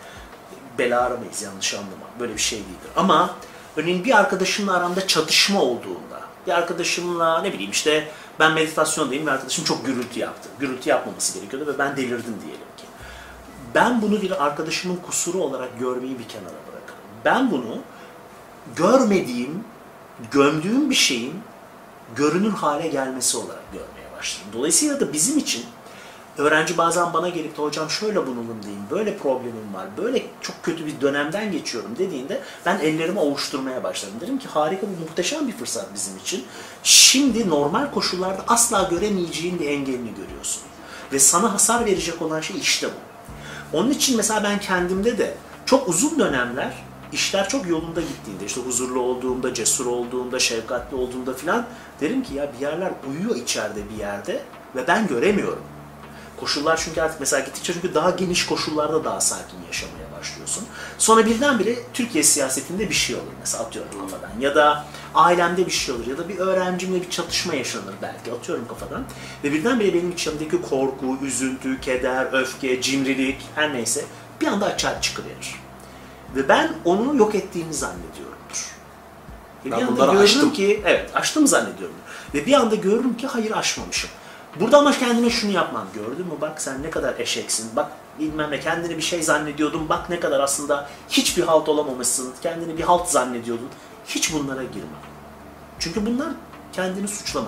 Bela aramayız, yanlış anlama. Böyle bir şey değildir. Ama örneğin bir arkadaşımla aramda çatışma olduğunda, bir arkadaşımla ne bileyim işte ben meditasyondayım ve arkadaşım çok gürültü yaptı. Gürültü yapmaması gerekiyordu ve ben delirdim diyelim ki. Ben bunu bir arkadaşımın kusuru olarak görmeyi bir kenara bırakırım. Ben bunu görmediğim, gömdüğüm bir şeyin görünür hale gelmesi olarak görmeye başlarım. Dolayısıyla da bizim için öğrenci bazen bana gelip de hocam şöyle bunalımdayım, böyle problemim var, böyle çok kötü bir dönemden geçiyorum dediğinde ben ellerimi ovuşturmaya başlarım. Derim ki harika, bu muhteşem bir fırsat bizim için. Şimdi normal koşullarda asla göremeyeceğin bir engelini görüyorsun. Ve sana hasar verecek olan şey işte bu. Onun için mesela ben kendimde de çok uzun dönemler işler çok yolunda gittiğinde, işte huzurlu olduğumda, cesur olduğumda, şefkatli olduğumda filan derim ki ya bir yerler uyuyor içeride bir yerde ve ben göremiyorum. Koşullar çünkü artık mesela gittikçe çünkü daha geniş koşullarda daha sakin yaşamaya başlıyorsun. Sonra birdenbire Türkiye siyasetinde bir şey olur mesela atıyorum kafadan. Ya da ailemde bir şey olur ya da bir öğrencimle bir çatışma yaşanır belki atıyorum kafadan. Ve birdenbire benim içimdeki korku, üzüntü, keder, öfke, cimrilik her neyse bir anda açığa çıkıverir. Ve ben onu yok ettiğimi zannediyorumdur. Ve Ben bir anda bunları görürüm aştım. ki evet aştım zannediyorum. Ve bir anda görürüm ki hayır aşmamışım. Burada ama kendime şunu yapmam. Gördün mü bak sen ne kadar eşeksin. Bak bilmem ne kendini bir şey zannediyordun. Bak ne kadar aslında hiçbir halt olamamışsın. Kendini bir halt zannediyordun. Hiç bunlara girme. Çünkü bunlar kendini suçlama.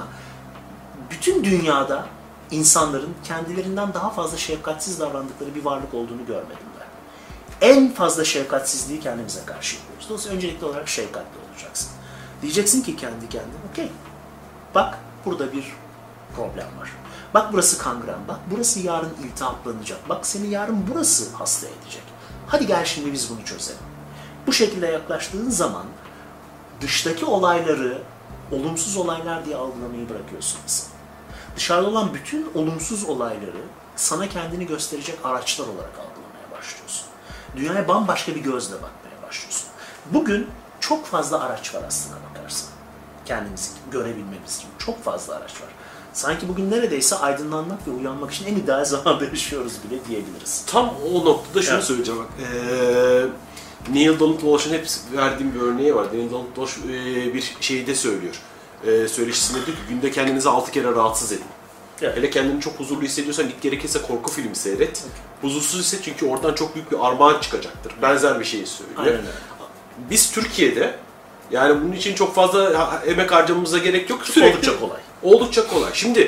Bütün dünyada insanların kendilerinden daha fazla şefkatsiz davrandıkları bir varlık olduğunu görmedim ben. En fazla şefkatsizliği kendimize karşı yapıyoruz. Dolayısıyla öncelikli olarak şefkatli olacaksın. Diyeceksin ki kendi kendine okey. Bak burada bir problem var. Bak burası kangren, bak burası yarın iltihaplanacak, bak seni yarın burası hasta edecek. Hadi gel şimdi biz bunu çözelim. Bu şekilde yaklaştığın zaman dıştaki olayları olumsuz olaylar diye algılamayı bırakıyorsun mesela. Dışarıda olan bütün olumsuz olayları sana kendini gösterecek araçlar olarak algılamaya başlıyorsun. Dünyaya bambaşka bir gözle bakmaya başlıyorsun. Bugün çok fazla araç var aslına bakarsan. Kendimizi görebilmemiz için çok fazla araç var. Sanki bugün neredeyse aydınlanmak ve uyanmak için en ideal zamanda yaşıyoruz bile diyebiliriz. Tam o noktada şunu Evet. söyleyeceğim bak. Neil Donald Walsh'ın hep verdiğim bir örneği var. Neil Donald Walsh bir şeyde söylüyor. Söyleşisinde diyor ki günde kendinizi 6 kere rahatsız edin. Evet. Hele kendini çok huzurlu hissediyorsan git gerekirse korku filmi seyret. Huzursuz hisset çünkü oradan çok büyük bir armağan çıkacaktır. Benzer bir şeyi söylüyor. Aynen öyle. Biz Türkiye'de yani bunun için çok fazla emek harcamamıza gerek yok. Sürekli, Oldukça kolay. Oldukça kolay. Şimdi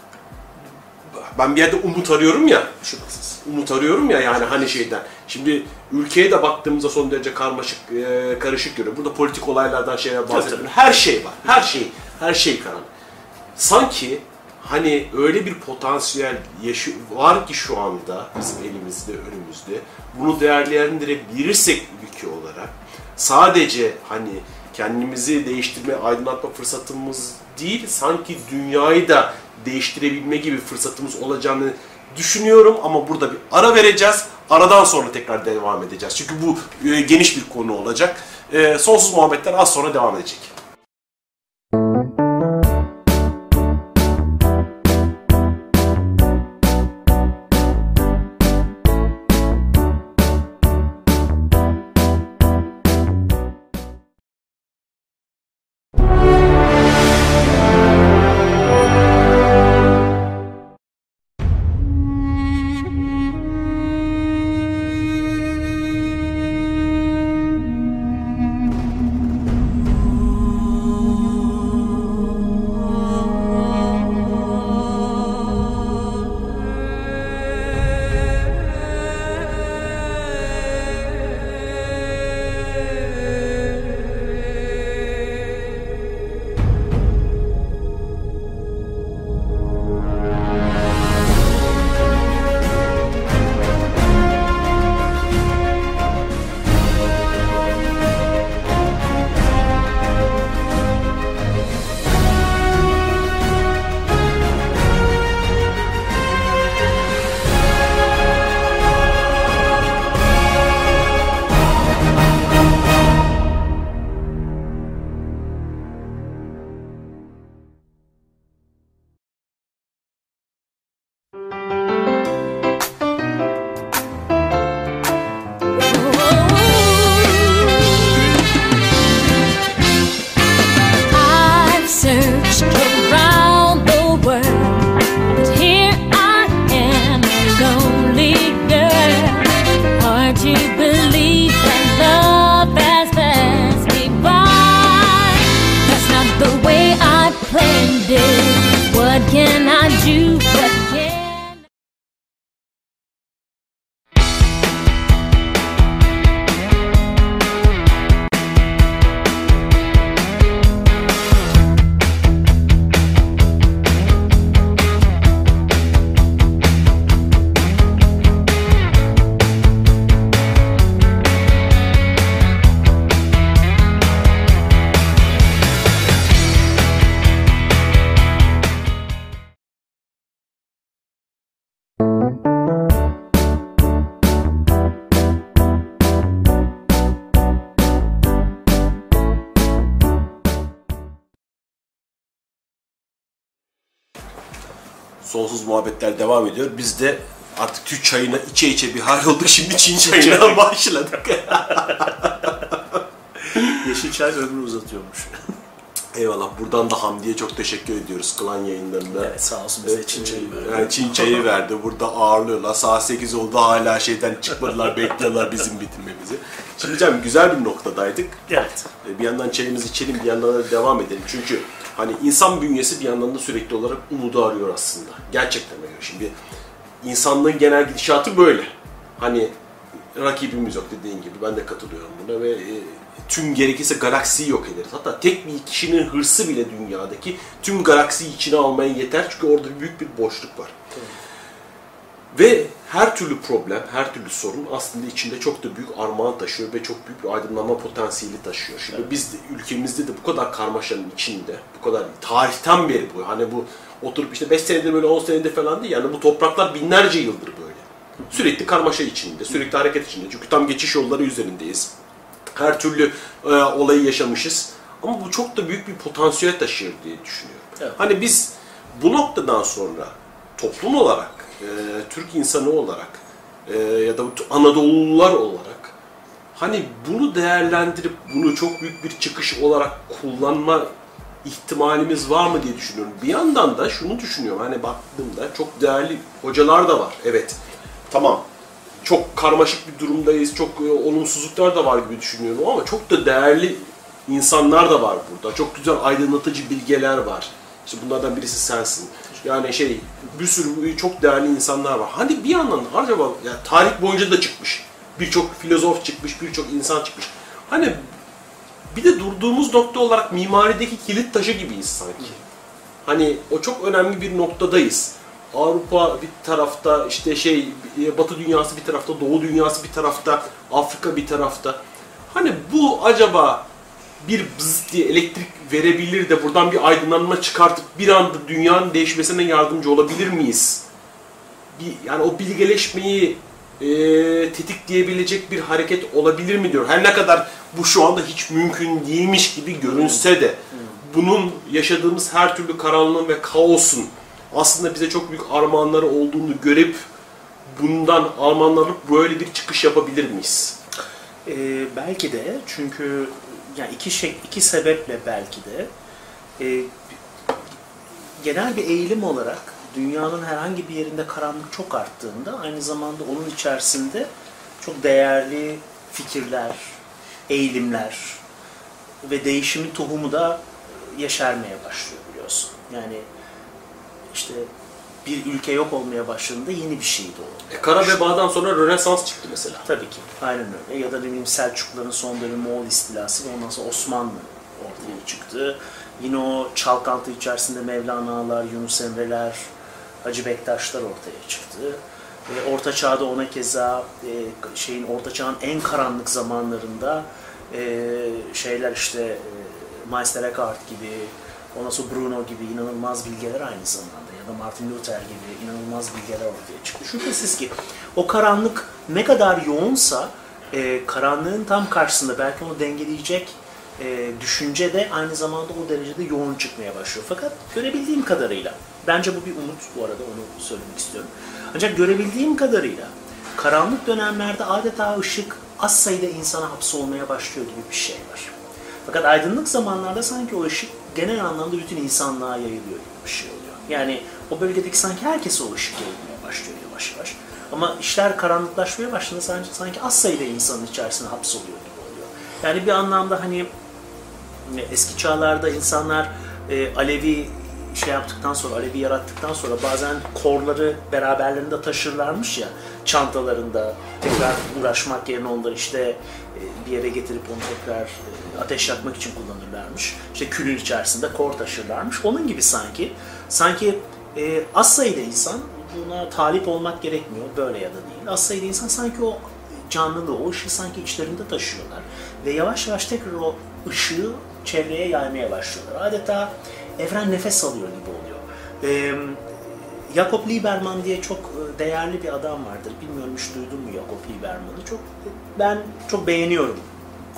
ben bir yerde umut arıyorum ya. Şüphesiz. Umut arıyorum ya yani hani şeyden. Şimdi ülkeye de baktığımızda son derece karışık görüyor. Burada politik olaylardan şeyler bahsediyorum. Her şey var. Her şey karanlık. Sanki hani öyle bir potansiyel var ki şu anda bizim elimizde, önümüzde. Bunu değerlendirebilirsek ülke olarak sadece hani kendimizi değiştirme, aydınlatma fırsatımız değil, sanki dünyayı da değiştirebilme gibi fırsatımız olacağını düşünüyorum ama burada bir ara vereceğiz. Aradan sonra tekrar devam edeceğiz. Çünkü bu geniş bir konu olacak. Sonsuz muhabbetler az sonra devam edecek. Sonsuz muhabbetler devam ediyor. Biz de artık Türk çayına içe içe bir hal olduk. Şimdi Çin çayına başladık. Yeşil çay ömrü uzatıyormuş. Eyvallah. Buradan da Hamdi'ye çok teşekkür ediyoruz Klan yayınlarında. Evet, sağ olsun bize Çin çayı verdi. Yani Çin çayı verdi. Burada ağırlıyorlar. Saat 8 oldu, hala şeyden çıkmadılar. Bekliyorlar bizim bitirmemizi. Şimdi Cem, güzel bir noktadaydık. Evet. Bir yandan çayımızı içelim, bir yandan da devam edelim. Çünkü hani insan bünyesi bir yandan da sürekli olarak umudu arıyor aslında. Gerçekten öyle. Şimdi insanlığın genel gidişatı böyle. Hani rakibimiz yok dediğin gibi, ben de katılıyorum buna ve tüm gerekirse galaksiyi yok ederiz. Hatta tek bir kişinin hırsı bile dünyadaki tüm galaksiyi içine almaya yeter. Çünkü orada büyük bir boşluk var. Ve her türlü problem, her türlü sorun aslında içinde çok da büyük armağan taşıyor ve çok büyük bir aydınlanma potansiyeli taşıyor. Şimdi biz de, ülkemizde de bu kadar karmaşanın içinde, bu kadar tarihten beri bu, hani bu oturup işte 5 senedir böyle 10 senedir falan değil, yani bu topraklar binlerce yıldır böyle. Sürekli karmaşa içinde, sürekli hareket içinde. Çünkü tam geçiş yolları üzerindeyiz. Her türlü olayı yaşamışız. Ama bu çok da büyük bir potansiyel taşıyor diye düşünüyorum. Evet. Hani biz bu noktadan sonra toplum olarak, Türk insanı olarak ya da Anadoluliler olarak hani bunu değerlendirip bunu çok büyük bir çıkış olarak kullanma ihtimalimiz var mı diye düşünüyorum. Bir yandan da şunu düşünüyorum, hani baktığımda çok değerli hocalar da var. Evet, tamam, çok karmaşık bir durumdayız, çok olumsuzluklar da var gibi düşünüyorum ama çok da değerli insanlar da var burada. Çok güzel aydınlatıcı bilgeler var. İşte bunlardan birisi sensin. Yani bir sürü çok değerli insanlar var. Hani bir yandan da acaba yani tarih boyunca da çıkmış. Birçok filozof çıkmış, birçok insan çıkmış. Hani bir de durduğumuz nokta olarak mimarideki kilit taşı gibiyiz sanki. Hani o çok önemli bir noktadayız. Avrupa bir tarafta, işte Batı dünyası bir tarafta, Doğu dünyası bir tarafta, Afrika bir tarafta. Hani bu acaba bir bızz diye elektrik verebilir de buradan bir aydınlanma çıkartıp bir anda dünyanın değişmesine yardımcı olabilir miyiz? Yani o bilgeleşmeyi tetikleyebilecek bir hareket olabilir mi diyor. Her ne kadar bu şu anda hiç mümkün değilmiş gibi görünse de bunun yaşadığımız her türlü karanlığın ve kaosun aslında bize çok büyük armağanları olduğunu görüp bundan armağanlanıp böyle bir çıkış yapabilir miyiz? Belki de, çünkü yani iki sebeple belki de genel bir eğilim olarak dünyanın herhangi bir yerinde karanlık çok arttığında aynı zamanda onun içerisinde çok değerli fikirler, eğilimler ve değişimin tohumu da yeşermeye başlıyor, biliyorsun. Yani işte bir ülke yok olmaya başladığında yeni bir şey doğuyor. Kara vebadan sonra Rönesans çıktı mesela. Tabii ki, aynen öyle. Ya da Selçukluların son dönemi Moğol istilası ve ondan sonra Osmanlı ortaya çıktı. Yine o çalkantı içerisinde Mevlana'lar, Yunus Emre'ler, Hacı Bektaşlar ortaya çıktı. Orta Çağ'da ona keza Orta Çağ'ın en karanlık zamanlarında Meister Eckhart gibi, ondan sonra Bruno gibi inanılmaz bilgeler aynı zamanda ya da Martin Luther gibi inanılmaz bilgeler ortaya çıktı. Şüphesiz ki o karanlık ne kadar yoğunsa karanlığın tam karşısında belki onu dengeleyecek düşünce de aynı zamanda o derecede yoğun çıkmaya başlıyor. Fakat görebildiğim kadarıyla, bence bu bir umut bu arada, onu söylemek istiyorum. Ancak görebildiğim kadarıyla karanlık dönemlerde adeta ışık az sayıda insana hapsolmaya başlıyor gibi bir şey var. Fakat aydınlık zamanlarda sanki o ışık genel anlamda bütün insanlığa yayılıyor gibi bir şey oluyor. Yani o bölgedeki sanki herkese o ışık yayılmaya başlıyor yavaş yavaş. Ama işler karanlıklaşmaya başladığında sanki az sayıda insanın içerisine hapsoluyor gibi oluyor. Yani bir anlamda hani eski çağlarda insanlar Alevi Alevi yarattıktan sonra bazen korları beraberlerinde taşırlarmış ya, çantalarında tekrar uğraşmak yerine onları bir yere getirip onu tekrar ateş yakmak için kullanırlarmış. Külün içerisinde kor taşırlarmış. Onun gibi sanki az sayıda insan, buna talip olmak gerekmiyor, böyle ya da değil. Az sayıda insan sanki o canlılığı, o ışığı sanki içlerinde taşıyorlar. Ve yavaş yavaş tekrar o ışığı çevreye yaymaya başlıyorlar. Adeta evren nefes alıyor gibi oluyor. Jakob Lieberman diye çok değerli bir adam vardır. Bilmiyorum, hiç duydun mu Jakob Lieberman'ı? Ben çok beğeniyorum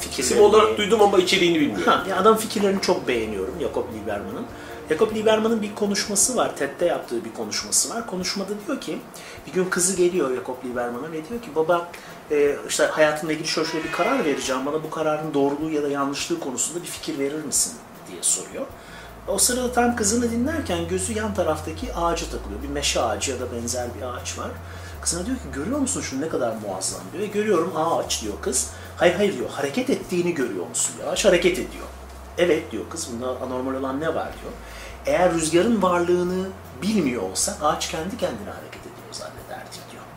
İsim olarak duydum ama içeriğini bilmiyorum. Yani adam fikirlerini çok beğeniyorum Jacob Lieberman'ın. Jacob Lieberman'ın bir konuşması var, TED'de yaptığı bir konuşması var. Konuşmada diyor ki, bir gün kızı geliyor Jacob Lieberman'a ve diyor ki baba işte hayatımla ilgili şöyle bir karar vereceğim, bana bu kararın doğruluğu ya da yanlışlığı konusunda bir fikir verir misin diye soruyor. O sırada tam kızını dinlerken gözü yan taraftaki ağaca takılıyor. Bir meşe ağacı ya da benzer bir ağaç var. Kızına diyor ki görüyor musun şunu ne kadar muazzam diyor. Görüyorum ağaç diyor kız. Hayır diyor, hareket ettiğini görüyor musun diyor. Ağaç hareket ediyor. Evet diyor kız, bunda anormal olan ne var diyor. Eğer rüzgarın varlığını bilmiyor olsak ağaç kendi kendine hareket ediyor zannederdik diyor.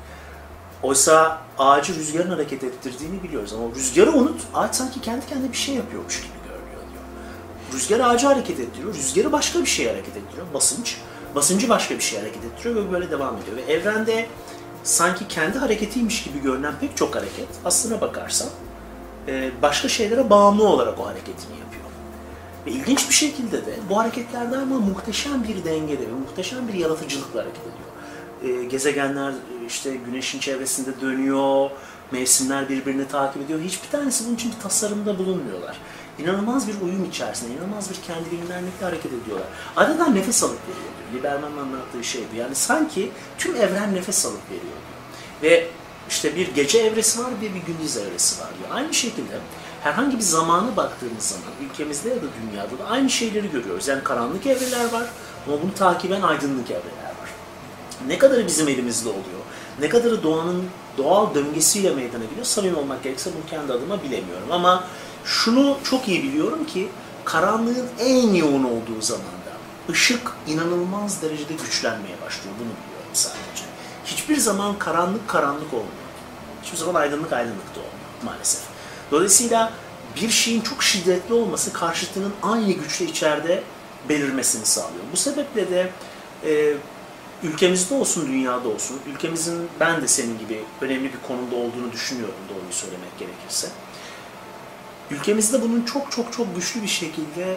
Oysa ağacı rüzgarın hareket ettirdiğini biliyoruz ama rüzgarı unut, ağaç sanki kendi kendine bir şey yapıyormuş gibi görünüyor diyor. Rüzgar ağacı hareket ettiriyor, rüzgarı başka bir şey hareket ettiriyor, basıncı başka bir şey hareket ettiriyor ve böyle devam ediyor. Ve evrende sanki kendi hareketiymiş gibi görünen pek çok hareket aslına bakarsan başka şeylere bağımlı olarak o hareketini yapıyor. Ve ilginç bir şekilde de bu hareketler daima muhteşem bir dengede ve muhteşem bir yaratıcılıkla hareket ediyor. Gezegenler işte güneşin çevresinde dönüyor, mevsimler birbirini takip ediyor. Hiçbir tanesi bunun için bir tasarımda bulunmuyorlar. İnanılmaz bir uyum içerisinde, inanılmaz bir kendiliğindenlikle hareket ediyorlar. Adeta nefes alıp veriyor diyor. Lieberman'ın anlattığı şey bu. Yani sanki tüm evren nefes alıp veriyor diyor. Ve işte bir gece evresi var, bir gündüz evresi var diyor. Aynı şekilde herhangi bir zamana baktığımız zaman ülkemizde ya da dünyada da aynı şeyleri görüyoruz. Yani karanlık evreler var ama bunu takiben aydınlık evreler var. Ne kadarı bizim elimizde oluyor, ne kadarı doğanın doğal döngüsüyle meydana geliyor, samimi olmak gerekirse bunu kendi adıma bilemiyorum. Ama şunu çok iyi biliyorum ki karanlığın en yoğun olduğu zamanda ışık inanılmaz derecede güçlenmeye başlıyor. Bunu biliyorum sadece. Hiçbir zaman karanlık olmuyor. Hiçbir zaman aydınlık da olmuyor maalesef. Dolayısıyla bir şeyin çok şiddetli olması karşıtının aynı güçle içeride belirmesini sağlıyor. Bu sebeple de ülkemizde olsun, dünyada olsun, ülkemizin ben de senin gibi önemli bir konumda olduğunu düşünüyorum doğruyu söylemek gerekirse. Ülkemizde bunun çok güçlü bir şekilde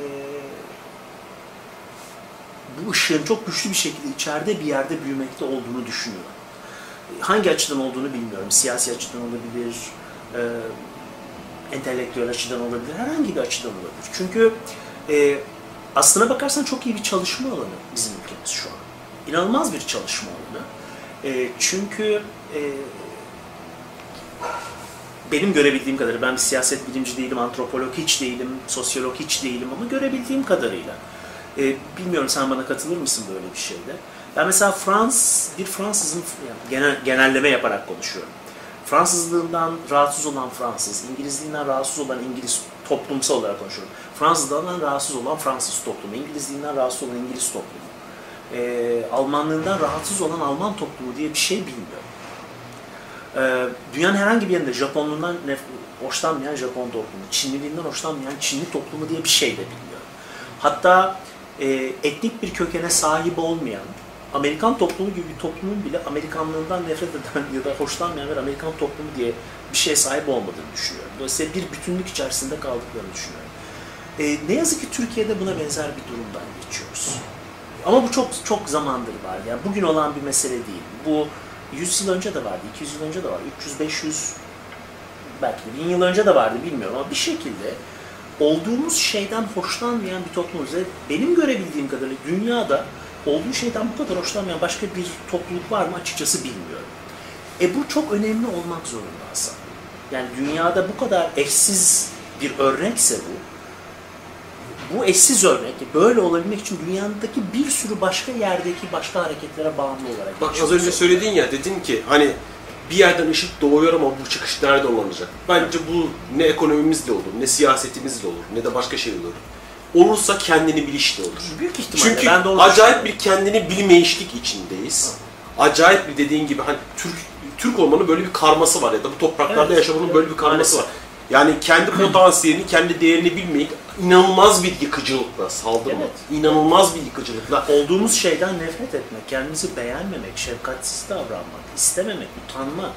bu ışığın çok güçlü bir şekilde içeride bir yerde büyümekte olduğunu düşünüyorum. Hangi açıdan olduğunu bilmiyorum. Siyasi açıdan olabilir, entelektüel açıdan olabilir, herhangi bir açıdan olabilir. Çünkü aslına bakarsan çok iyi bir çalışma alanı bizim ülkemiz şu an. İnanılmaz bir çalışma alanı. Çünkü benim görebildiğim kadarıyla, ben bir siyaset bilimci değilim, antropolog hiç değilim, sosyolog hiç değilim ama görebildiğim kadarıyla, bilmiyorum sen bana katılır mısın böyle bir şeyde? Ben mesela bir Fransızın, yani genelleme yaparak konuşuyorum. Fransızlığından rahatsız olan Fransız, İngilizliğinden rahatsız olan İngiliz, toplumsal olarak konuşuyorum. Fransızlığından rahatsız olan Fransız toplumu, İngilizliğinden rahatsız olan İngiliz toplumu, Almanlığından rahatsız olan Alman toplumu diye bir şey bilmiyorum. Dünyanın herhangi bir yerinde Japonluğundan hoşlanmayan Japon toplumu, Çinliliğinden hoşlanmayan Çinli toplumu diye bir şey de bilmiyorum. Hatta etnik bir kökene sahip olmayan, Amerikan toplumu gibi bir toplumun bile Amerikanlığından nefret eden ya da hoşlanmayan bir Amerikan toplumu diye bir şeye sahip olmadığını düşünüyorum. Dolayısıyla bir bütünlük içerisinde kaldıklarını düşünüyorum. Ne yazık ki Türkiye'de buna benzer bir durumdan geçiyoruz. Ama bu çok zamandır var. Yani bugün olan bir mesele değil. Bu 100 yıl önce de vardı, 200 yıl önce de vardı, 300-500, belki de 1000 yıl önce de vardı bilmiyorum ama bir şekilde olduğumuz şeyden hoşlanmayan bir toplumuz. Benim görebildiğim kadarıyla dünyada olduğu şeyden bu kadar hoşlanmayan başka bir topluluk var mı açıkçası bilmiyorum. Bu çok önemli olmak zorunda aslında. Yani dünyada bu kadar eşsiz bir örnekse bu eşsiz örnek böyle olabilmek için dünyadaki bir sürü başka yerdeki başka hareketlere bağımlı olarak. Bak az önce söyledin ya, dedin ki hani bir yerden ışık doğuyor ama bu çıkış nerede olacak? Bence bu ne ekonomimizle olur, ne siyasetimizle olur, ne de başka şey olur. Olursa kendini bilişle olur. Büyük ihtimalle. Çünkü ben de acayip bir kendini bilmeyişlik içindeyiz. Acayip bir dediğin gibi hani Türk olmanın böyle bir karması var ya da bu topraklarda yaşamanın böyle bir karması var. Yani kendi potansiyelini, kendi değerini bilmeyip inanılmaz bir yıkıcılıkla saldırmak, inanılmaz bir yıkıcılıkla olduğumuz şeyden nefret etmek, kendimizi beğenmemek, şefkatsiz davranmak, istememek, utanmak.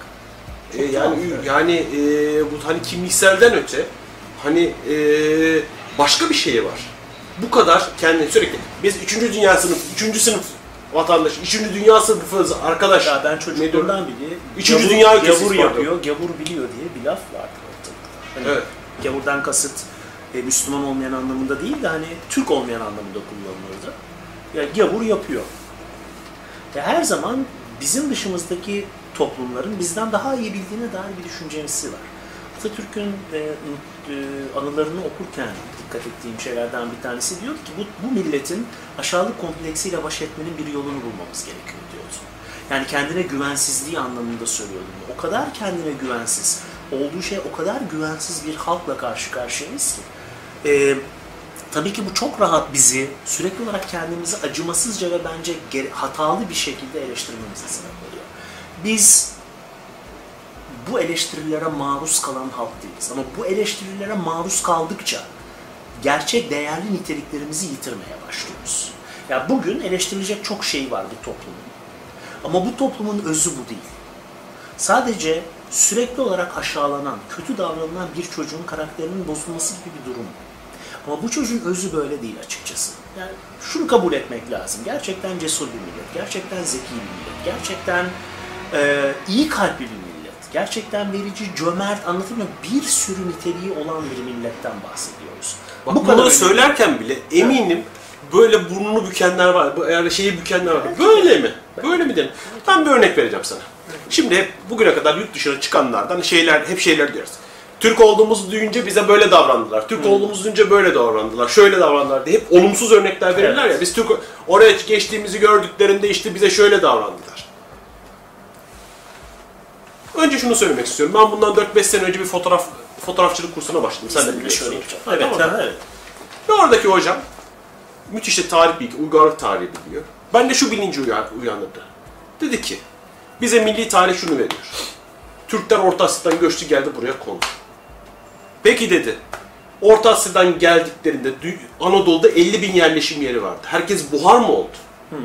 Bu hani kimlikselden öte hani başka bir şey var. Bu kadar kendini sürekli biz 3. sınıf vatandaş, 3. dünya sınıfı arkadaş. Ya ben çocukluğumdan beri gavur yapıyor, gavur biliyor diye bir laf vardı ortalıkta. Hani Evet. gavurdan kasıt Müslüman olmayan anlamında değil de hani Türk olmayan anlamında kullanılırdı. Ya gavur yapıyor. Ya her zaman bizim dışımızdaki toplumların bizden daha iyi bildiğine dair bir düşüncesi var. Atatürk'ün anılarını okurken dikkat ettiğim şeylerden bir tanesi diyor ki bu milletin aşağılık kompleksiyle baş etmenin bir yolunu bulmamız gerekiyor diyordu. Yani kendine güvensizliği anlamında söylüyordum. O kadar kendine güvensiz, olduğu şey o kadar güvensiz bir halkla karşı karşıyayız ki. Tabii ki bu çok rahat bizi sürekli olarak kendimizi acımasızca ve bence hatalı bir şekilde eleştirmemize sebep oluyor. Biz bu eleştirilere maruz kalan halk değiliz. Ama bu eleştirilere maruz kaldıkça gerçek değerli niteliklerimizi yitirmeye başlıyoruz. Ya bugün eleştirilecek çok şey var bu toplumun. Ama bu toplumun özü bu değil. Sadece sürekli olarak aşağılanan, kötü davranılan bir çocuğun karakterinin bozulması gibi bir durum. Ama bu çocuğun özü böyle değil açıkçası. Yani şunu kabul etmek lazım. Gerçekten cesur bir millet, gerçekten zeki bir millet, gerçekten iyi kalpli bir millet. Gerçekten verici, cömert, anlatabiliyor muyum? Bir sürü niteliği olan bir milletten bahsediyoruz. Bak, bu kadar söylerken bile eminim böyle burnunu bükenler var, yani şeyi bükenler var. Böyle mi? Böyle mi dedim? Ben bir örnek vereceğim sana. Şimdi hep bugüne kadar yurt dışına çıkanlardan hep şeyler diyoruz. Türk olduğumuzu duyunca bize böyle davrandılar. Türk olduğumuzu duyunca böyle davrandılar. Şöyle davrandılar diye hep olumsuz örnekler verirler ya. Biz Türk oraya geçtiğimizi gördüklerinde işte bize şöyle davrandılar. Önce şunu söylemek istiyorum. Ben bundan 4-5 sene önce bir fotoğrafçılık kursuna başladım. Sen de biliyorsun. Evet. Ve oradaki hocam müthiş de tarih bilgi, uygarlık tarihi biliyor. Ben de şu bilinci uyandırdı. Dedi ki, bize milli tarih şunu veriyor. Türkler Orta Asya'dan göçtü geldi buraya kondu. Peki dedi, Orta Asya'dan geldiklerinde Anadolu'da 50.000 yerleşim yeri vardı. Herkes buhar mı oldu?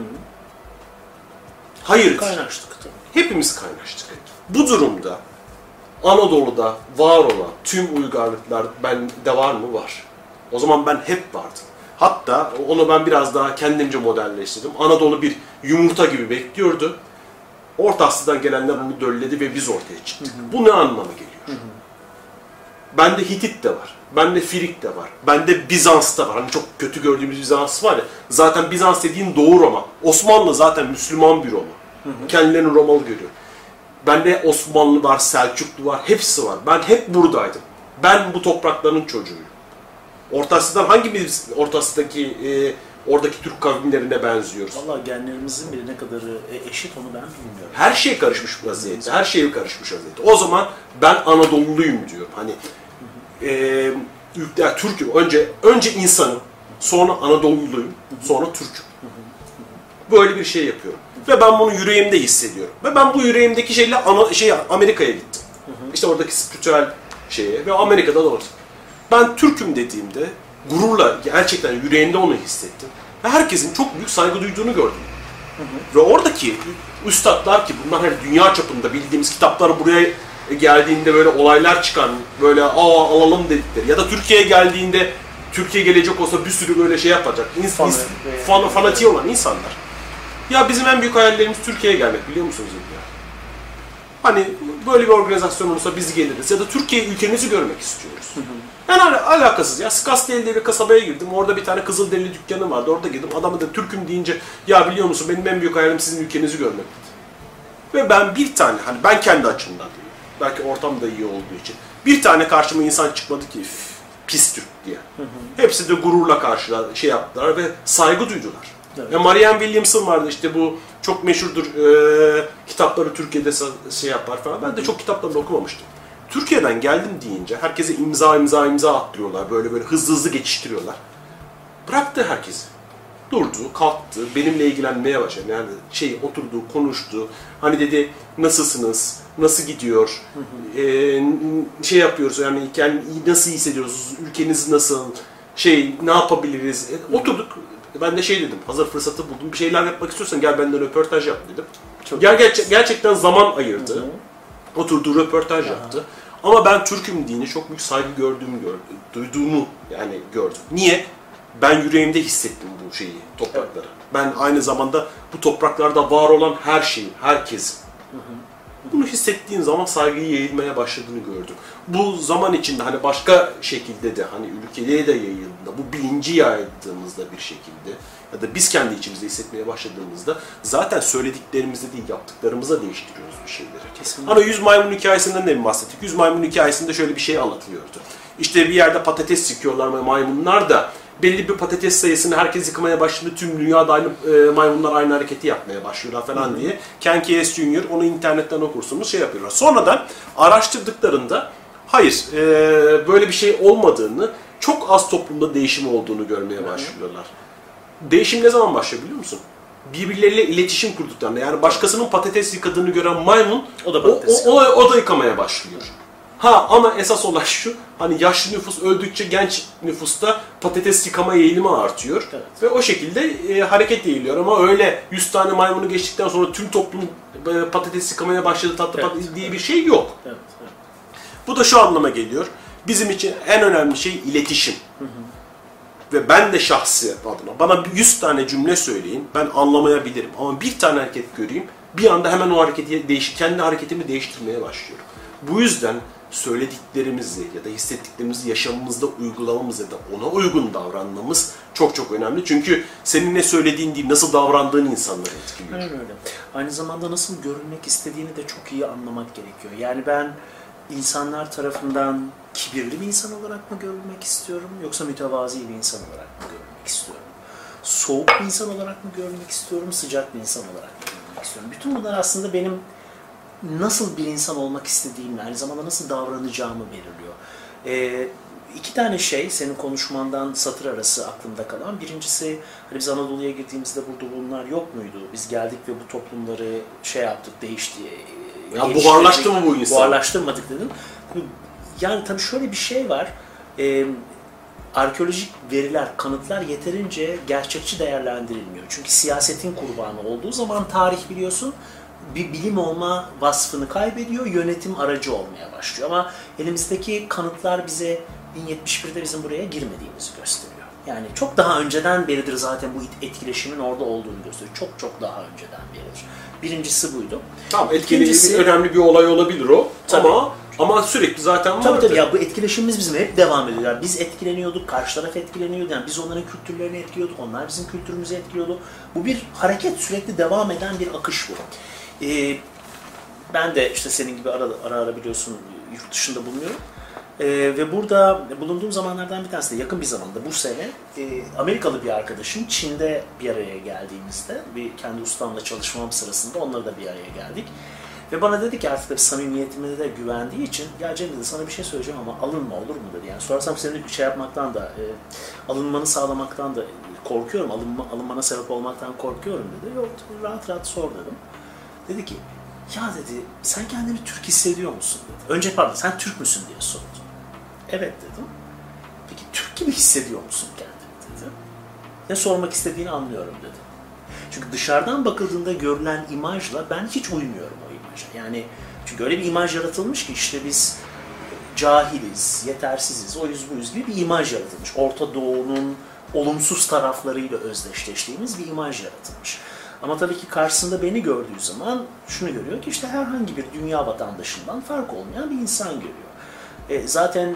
Hayır. Kaynaştık tabii. Hepimiz kaynaştık. Bu durumda Anadolu'da var olan tüm uygarlıklar bende var mı? Var. O zaman ben hep vardım. Hatta onu ben biraz daha kendimce modelleştirdim. Anadolu bir yumurta gibi bekliyordu. Orta Asya'dan gelenler onu dölledi ve biz ortaya çıktık. Bu ne anlama geliyor? Bende Hitit de var. Bende Firik de var. Bende Bizans da var. Hani çok kötü gördüğümüz Bizans var ya. Zaten Bizans dediğin Doğu Roma. Osmanlı zaten Müslüman bir Roma. Kendilerini Romalı görüyor. Bende Osmanlı var, Selçuklu var. Hepsi var. Ben hep buradaydım. Ben bu toprakların çocuğuyum. Orta Asya'dan hangimiz Orta Asya'daki oradaki Türk kavimlerine benziyoruz? Vallahi genlerimizin bile ne kadarı eşit onu ben bilmiyorum. Her şey karışmış vaziyette. Her şey karışmış vaziyette. O zaman ben Anadolu'luyum diyorum. Hani Türk'üm. Önce insanım, sonra Anadolu'luyum, sonra Türk'üm. Böyle bir şey yapıyorum. Ve ben bunu yüreğimde hissediyorum. Ve ben bu yüreğimdeki şeyle Amerika'ya gittim. İşte oradaki spiritüel şeye ve Amerika'da da orada. Ben Türk'üm dediğimde gururla gerçekten yüreğimde onu hissettim. Ve herkesin çok büyük saygı duyduğunu gördüm. Ve oradaki üstadlar ki bunlar hani dünya çapında bildiğimiz kitaplar buraya geldiğinde böyle olaylar çıkan, böyle alalım dedikleri ya da Türkiye'ye geldiğinde Türkiye gelecek olsa bir sürü böyle şey yapacak, fanatiği olan insanlar. Ya bizim en büyük hayallerimiz Türkiye'ye gelmek, biliyor musunuz? Ya? Hani böyle bir organizasyon olursa biz geliriz ya da Türkiye ülkemizi görmek istiyoruz. Yani alakasız ya. Skastel diye bir kasabaya girdim. Orada bir tane Kızılderili dükkanı vardı. Orada girdim. Adamı da Türk'üm deyince ya biliyor musun benim en büyük hayalim sizin ülkenizi görmek dedi. Ve ben bir tane hani ben kendi açımdan diyeyim. Belki ortam da iyi olduğu için. Bir tane karşıma insan çıkmadı ki pis Türk diye. Hepsi de gururla şey yaptılar ve saygı duydular. Evet. Marianne Williamson vardı işte bu çok meşhurdur kitapları Türkiye'de şey yapar falan. Ben de çok kitaplarını okumamıştım. Türkiye'den geldim deyince herkese imza atlıyorlar. Böyle hızlı geçiştiriyorlar. Bıraktı herkesi. Durdu, kalktı, benimle ilgilenmeye başladı. Yani oturdu, konuştu. Hani dedi nasılsınız, nasıl gidiyor, şey yapıyoruz yani nasıl hissediyorsunuz, ülkeniz nasıl, ne yapabiliriz. Oturduk. Ben de dedim, hazır fırsatı buldum, bir şeyler yapmak istiyorsan gel benden röportaj yap dedim. Gerçekten zaman ayırdı. Oturdu, röportaj yaptı. Ama ben Türk'üm diyene çok büyük saygı duyduğumu yani gördüm. Niye? Ben yüreğimde hissettim bu toprakları. Ben aynı zamanda bu topraklarda var olan her şeyi, herkesi. Bunu hissettiğin zaman saygıyı yayılmaya başladığını gördüm. Bu zaman içinde hani başka şekilde de hani ülkeye de yayıldığında, bu bilinci yaydığımızda bir şekilde ya da biz kendi içimizde hissetmeye başladığımızda zaten söylediklerimizde değil yaptıklarımıza değiştiriyoruz bir şeyleri. Kesinlikle. Hani 100 maymun hikayesinden de mi bahsettik? 100 maymun hikayesinde şöyle bir şey anlatılıyordu. İşte bir yerde patates yıkıyorlar maymunlar da belli bir patates sayısını herkes yıkamaya başladı. Tüm dünyada aynı maymunlar aynı hareketi yapmaya başlıyorlar falan diye. Ken Keyes Jr. onu internetten okursunuz şey yapıyorlar. Sonradan araştırdıklarında hayır böyle bir şey olmadığını, çok az toplumda değişim olduğunu görmeye başlıyorlar. Değişim ne zaman başlıyor biliyor musun? Birbirleriyle iletişim kurduklarında, yani başkasının patates yıkadığını gören maymun o da yıkamaya başlıyor. Ama esas olay şu, hani yaşlı nüfus öldükçe genç nüfusta patates yıkama eğilimi artıyor. Evet. Ve o şekilde hareket eğiliyor ama öyle 100 tane maymunu geçtikten sonra tüm toplum patates yıkamaya başladı patates diye bir şey yok. Evet. Bu da şu anlama geliyor, bizim için en önemli şey iletişim. Ve ben de şahsi adına, bana 100 tane cümle söyleyin, ben anlamayabilirim. Ama bir tane hareket göreyim, bir anda hemen o hareketi kendi hareketimi değiştirmeye başlıyorum. Bu yüzden söylediklerimizi ya da hissettiklerimizi yaşamımızda uygulamamız ya da ona uygun davranmamız çok çok önemli. Çünkü senin ne söylediğin değil, nasıl davrandığın insanları etkiliyor. Aynen öyle. Aynı zamanda nasıl görünmek istediğini de çok iyi anlamak gerekiyor. Yani ben insanlar tarafından kibirli bir insan olarak mı görülmek istiyorum, yoksa mütevazi bir insan olarak mı görülmek istiyorum? Soğuk bir insan olarak mı görülmek istiyorum, sıcak bir insan olarak mı görülmek istiyorum? Bütün bunlar aslında benim nasıl bir insan olmak istediğimle, aynı zamanda nasıl davranacağımı belirliyor. İki tane şey senin konuşmandan satır arası aklımda kalan. Birincisi, hani biz Anadolu'ya girdiğimizde burada bunlar yok muydu? Biz geldik ve bu toplumları şey yaptık, değişti. Ya buharlaştı mı bu insan? Buharlaştırmadık dedim. Yani tabii şöyle bir şey var. Arkeolojik veriler, kanıtlar yeterince gerçekçi değerlendirilmiyor. Çünkü siyasetin kurbanı olduğu zaman tarih biliyorsun, bir bilim olma vasfını kaybediyor, yönetim aracı olmaya başlıyor. Ama elimizdeki kanıtlar bize 1071'de bizim buraya girmediğimizi gösteriyor. Yani çok daha önceden beridir zaten bu etkileşimin orada olduğunu gösteriyor. Çok çok daha önceden beridir. Birincisi buydu. Tamam, etkileyici önemli bir olay olabilir o. Tabii. Ama sürekli zaten vardı. Tabii ya, bu etkileşimimiz bizim hep devam ediyor. Yani biz etkileniyorduk, karşı taraf etkileniyordu. Yani biz onların kültürlerini etkiliyorduk, onlar bizim kültürümüzü etkiliyordu. Bu bir hareket, sürekli devam eden bir akış bu. Ben de işte senin gibi ara biliyorsun yurt dışında bulunuyorum. Ve burada bulunduğum zamanlardan bir tanesi de yakın bir zamanda bu sene Amerikalı bir arkadaşım Çin'de bir araya geldiğimizde, kendi ustamla çalışmam sırasında onunla da bir araya geldik. Ve bana dedi ki, artık da samimiyetime de güvendiği için, ya Cem dedi, sana bir şey söyleyeceğim ama alınma, olur mu dedi. Yani sorarsam senin bir şey yapmaktan da, alınmanı sağlamaktan da korkuyorum, alınmana sebep olmaktan korkuyorum dedi. Yok, rahat rahat sor dedim. Dedi ki, ya dedi, sen kendini Türk hissediyor musun dedi. Önce sen Türk müsün diye sordu. Evet dedim. Peki Türk gibi hissediyor musun kendini dedi. Ne sormak istediğini anlıyorum dedi. Çünkü dışarıdan bakıldığında görülen imajla ben hiç uymuyorum o imaja. Yani çünkü öyle bir imaj yaratılmış ki işte biz cahiliz, yetersiziz, oyuz buyuz gibi bir imaj yaratılmış. Orta Doğu'nun olumsuz taraflarıyla özdeşleştiğimiz bir imaj yaratılmış. Ama tabii ki karşısında beni gördüğü zaman şunu görüyor ki işte herhangi bir dünya vatandaşından fark olmayan bir insan görüyor. Zaten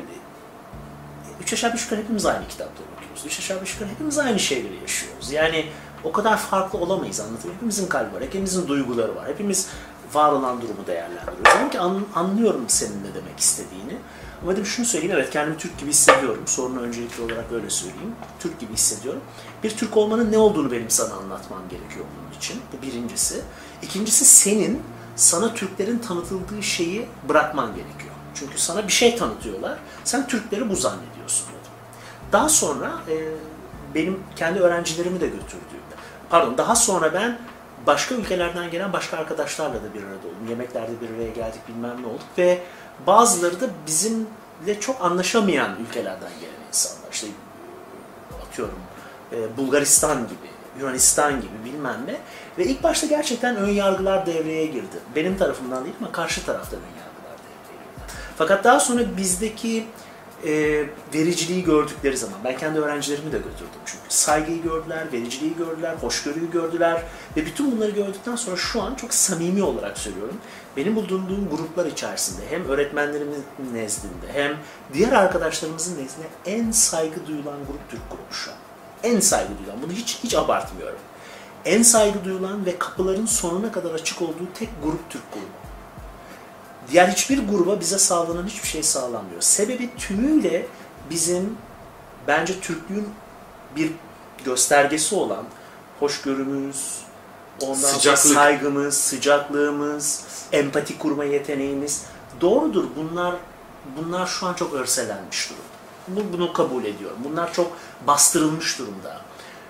3 aşağı 5 yukarı hepimiz aynı kitapları okuyoruz. 3 aşağı 5 yukarı hepimiz aynı şeyleri yaşıyoruz. Yani o kadar farklı olamayız, anlatayım. Hepimizin kalbi var, hepimizin duyguları var. Hepimiz var olan durumu değerlendiriyoruz. Sanki anlıyorum senin ne demek istediğini. Ama dedim şunu söyleyeyim, evet kendimi Türk gibi hissediyorum. Sorunu öncelikli olarak öyle söyleyeyim. Türk gibi hissediyorum. Bir Türk olmanın ne olduğunu benim sana anlatmam gerekiyor bunun için. Bu birincisi. İkincisi, senin sana Türklerin tanıtıldığı şeyi bırakman gerekiyor. Çünkü sana bir şey tanıtıyorlar. Sen Türkleri bu zannediyorsun dedim. Daha sonra benim kendi öğrencilerimi de götürdüğümde, daha sonra ben başka ülkelerden gelen başka arkadaşlarla da bir arada oldum. Yemeklerde bir araya geldik, bilmem ne olduk ve bazıları da bizimle çok anlaşamayan ülkelerden gelen insanlar. İşte atıyorum Bulgaristan gibi, Yunanistan gibi bilmem ne. Ve ilk başta gerçekten ön yargılar devreye girdi. Benim tarafımdan değil ama karşı taraftan ön yargılar devreye girdi. Fakat daha sonra bizdeki vericiliği gördükleri zaman, ben kendi öğrencilerimi de götürdüm çünkü. Saygıyı gördüler, vericiliği gördüler, hoşgörüyü gördüler ve bütün bunları gördükten sonra şu an çok samimi olarak söylüyorum. Benim bulunduğum gruplar içerisinde hem öğretmenlerimizin nezdinde hem diğer arkadaşlarımızın nezdinde en saygı duyulan grup Türk grubu şu an. En saygı duyulan, bunu hiç abartmıyorum. En saygı duyulan ve kapıların sonuna kadar açık olduğu tek grup Türk grubu. Diğer hiçbir gruba bize sağlanan hiçbir şey sağlanmıyor. Sebebi tümüyle bizim bence Türklüğün bir göstergesi olan hoşgörümüz, ondan sonra saygımız, sıcaklığımız, empati kurma yeteneğimiz. Doğrudur, bunlar şu an çok örselenmiş durumda. Bunu kabul ediyorum. Bunlar çok bastırılmış durumda.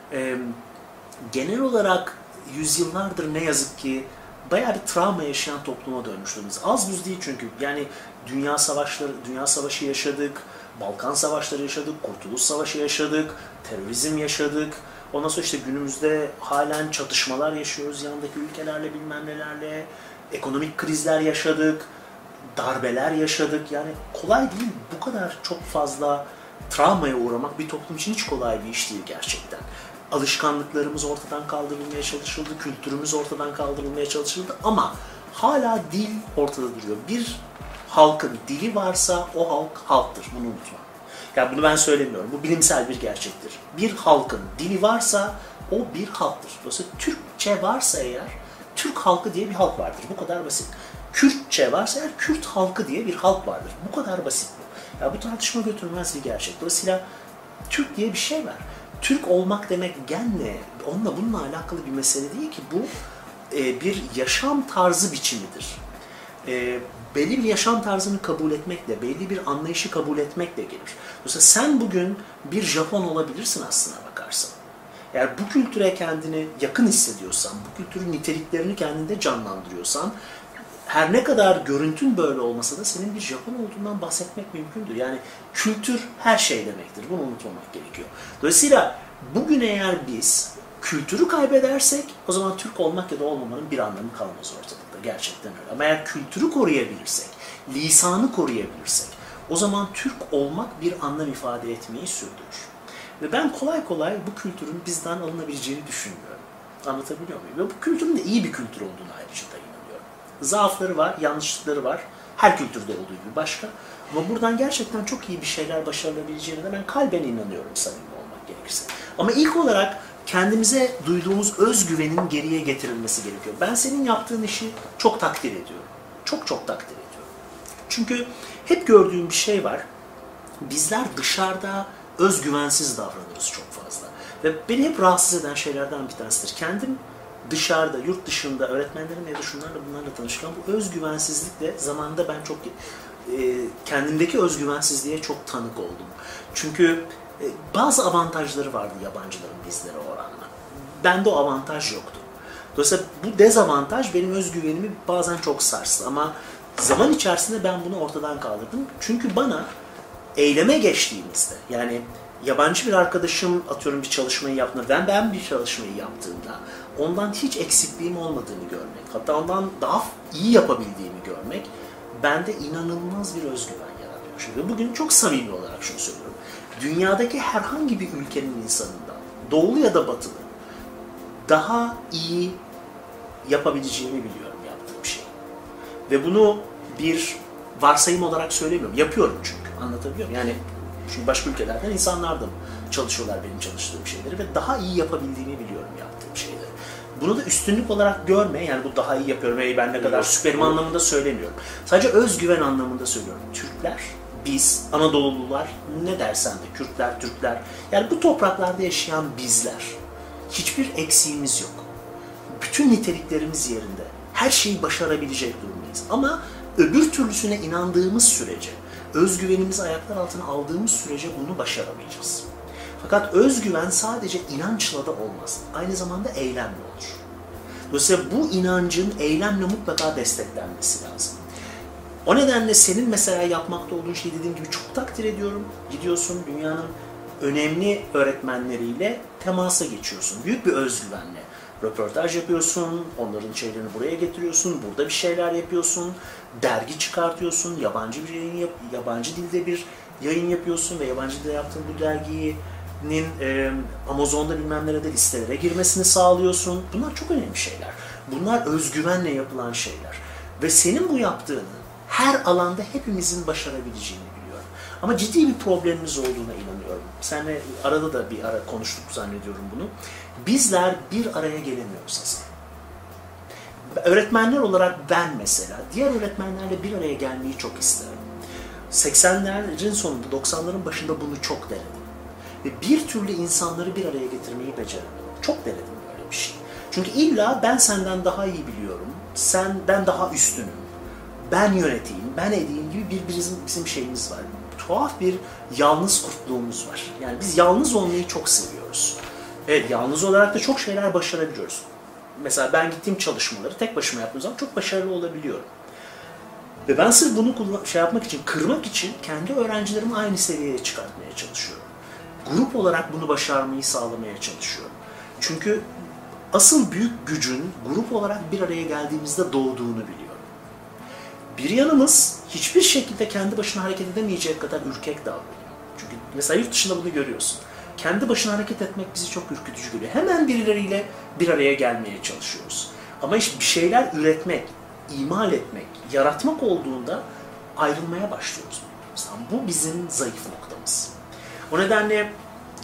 Genel olarak yüzyıllardır ne yazık ki bayağı bir travma yaşayan topluma dönmüş durumdayız. Az buz değil çünkü. Yani dünya savaşı yaşadık, Balkan savaşları yaşadık, Kurtuluş Savaşı yaşadık, terörizm yaşadık. Ondan sonra işte günümüzde halen çatışmalar yaşıyoruz yandaki ülkelerle, bilmem nelerle. Ekonomik krizler yaşadık, darbeler yaşadık. Yani kolay değil, bu kadar çok fazla travmaya uğramak bir toplum için hiç kolay bir iş değil gerçekten. Alışkanlıklarımız ortadan kaldırılmaya çalışıldı, kültürümüz ortadan kaldırılmaya çalışıldı ama hala dil ortada duruyor. Bir halkın dili varsa o halk halktır, bunu unutma. Yani bunu ben söylemiyorum, bu bilimsel bir gerçektir. Bir halkın dili varsa o bir halktır. Dolayısıyla Türkçe varsa eğer, Türk halkı diye bir halk vardır. Bu kadar basit. Kürtçe varsa eğer, Kürt halkı diye bir halk vardır. Bu kadar basit bu. Ya bu tartışma götürmez bir gerçek. Dolayısıyla Türk diye bir şey var. Türk olmak demek genle, bununla alakalı bir mesele değil ki. Bu bir yaşam tarzı biçimidir. Belli bir yaşam tarzını kabul etmekle, belli bir anlayışı kabul etmekle gelir. Dolayısıyla sen bugün bir Japon olabilirsin aslına bakarsan. Eğer bu kültüre kendini yakın hissediyorsan, bu kültürün niteliklerini kendinde canlandırıyorsan, her ne kadar görüntün böyle olmasa da senin bir Japon olduğundan bahsetmek mümkündür. Yani kültür her şey demektir. Bunu unutmamak gerekiyor. Dolayısıyla bugün eğer biz kültürü kaybedersek o zaman Türk olmak ya da olmamanın bir anlamı kalmaz ortalıkta. Gerçekten öyle. Ama eğer kültürü koruyabilirsek, lisanı koruyabilirsek o zaman Türk olmak bir anlam ifade etmeyi sürdürür. Ve ben kolay kolay bu kültürün bizden alınabileceğini düşünmüyorum. Anlatabiliyor muyum? Ve bu kültürün de iyi bir kültür olduğunu ayrıca da inanıyorum. Zaafları var, yanlışlıkları var. Her kültürde olduğu gibi başka. Ama buradan gerçekten çok iyi bir şeyler başarılabileceğine de ben kalben inanıyorum, samimi olmak gerekirse. Ama ilk olarak kendimize duyduğumuz özgüvenin geriye getirilmesi gerekiyor. Ben senin yaptığın işi çok takdir ediyorum. Çok takdir ediyorum. Çünkü hep gördüğüm bir şey var. Bizler dışarıda özgüvensiz davranırız çok fazla. Ve beni hep rahatsız eden şeylerden bir tanesidir. Kendim dışarıda, yurt dışında öğretmenlerimle ya da şunlarla bunlarla tanışırken bu özgüvensizlikle zamanında ben çok kendimdeki özgüvensizliğe çok tanık oldum. Çünkü bazı avantajları vardı yabancıların bizlere oranla. Bende o avantaj yoktu. Dolayısıyla bu dezavantaj benim özgüvenimi bazen çok sarstı ama zaman içerisinde ben bunu ortadan kaldırdım. Çünkü bana eyleme geçtiğimizde, yani yabancı bir arkadaşım atıyorum bir çalışmayı yaptığında, ben bir çalışmayı yaptığımda ondan hiç eksikliğim olmadığını görmek, hatta ondan daha iyi yapabildiğimi görmek bende inanılmaz bir özgüven yaratıyor. Ve bugün çok samimi olarak şunu söylüyorum. Dünyadaki herhangi bir ülkenin insanından, doğulu ya da batılı, daha iyi yapabileceğimi biliyorum yaptığım şey. Ve bunu bir varsayım olarak söylemiyorum. Yapıyorum çünkü. Anlatabiliyor muyum? Yani çünkü başka ülkelerden insanlar da çalışıyorlar benim çalıştığım şeyleri ve daha iyi yapabildiğimi biliyorum yaptığım şeyleri. Bunu da üstünlük olarak görme, yani bu daha iyi yapıyorum, ben ne kadar süperim anlamında söylemiyorum. Sadece özgüven anlamında söylüyorum. Türkler, biz, Anadolulular, ne dersen de Kürtler, Türkler, yani bu topraklarda yaşayan bizler, hiçbir eksiğimiz yok. Bütün niteliklerimiz yerinde. Her şeyi başarabilecek durumdayız. Ama öbür türlüsüne inandığımız sürece, özgüvenimizi ayaklar altına aldığımız sürece bunu başaramayacağız. Fakat özgüven sadece inançla da olmaz. Aynı zamanda eylemle olur. Dolayısıyla bu inancın eylemle mutlaka desteklenmesi lazım. O nedenle senin mesela yapmakta olduğun şeyi dediğim gibi çok takdir ediyorum. Gidiyorsun dünyanın önemli öğretmenleriyle temasa geçiyorsun. Büyük bir özgüvenle. Röportaj yapıyorsun, onların şeylerini buraya getiriyorsun, burada bir şeyler yapıyorsun, dergi çıkartıyorsun, yabancı bir yayın yabancı dilde bir yayın yapıyorsun ve yabancı dilde yaptığın bu derginin Amazon'da bilmem nerede listelere girmesini sağlıyorsun. Bunlar çok önemli şeyler. Bunlar özgüvenle yapılan şeyler. Ve senin bu yaptığını her alanda hepimizin başarabileceğini biliyorum. Ama ciddi bir problemimiz olduğuna inanıyorum. Seninle arada da bir ara konuştuk zannediyorum bunu. Bizler bir araya gelemiyoruz Hasan. Öğretmenler olarak ben mesela diğer öğretmenlerle bir araya gelmeyi çok isterim. 80'lerin sonunda, 90'ların başında bunu çok denedim. Ve bir türlü insanları bir araya getirmeyi beceremedim. Çok denedim böyle bir şey. Çünkü illa ben senden daha iyi biliyorum, senden daha üstünüm, ben yöneteyim, ben edeyim gibi bizim şeyimiz var. Tuhaf bir yalnız kurtluğumuz var. Yani biz yalnız olmayı çok seviyoruz. Evet, yalnız olarak da çok şeyler başarabiliyoruz. Mesela ben gittiğim çalışmaları tek başıma yaptığım zaman çok başarılı olabiliyorum. Ve ben sırf bunu yapmak için, kırmak için kendi öğrencilerimi aynı seviyeye çıkartmaya çalışıyorum. Grup olarak bunu başarmayı sağlamaya çalışıyorum. Çünkü asıl büyük gücün grup olarak bir araya geldiğimizde doğduğunu biliyorum. Bir yanımız hiçbir şekilde kendi başına hareket edemeyecek kadar ürkek davranıyor. Çünkü mesela yurt dışında bunu görüyorsun. Kendi başına hareket etmek bizi çok ürkütücü görüyor. Hemen birileriyle bir araya gelmeye çalışıyoruz. Ama işte bir şeyler üretmek, imal etmek, yaratmak olduğunda ayrılmaya başlıyoruz. Bu bizim zayıf noktamız. O nedenle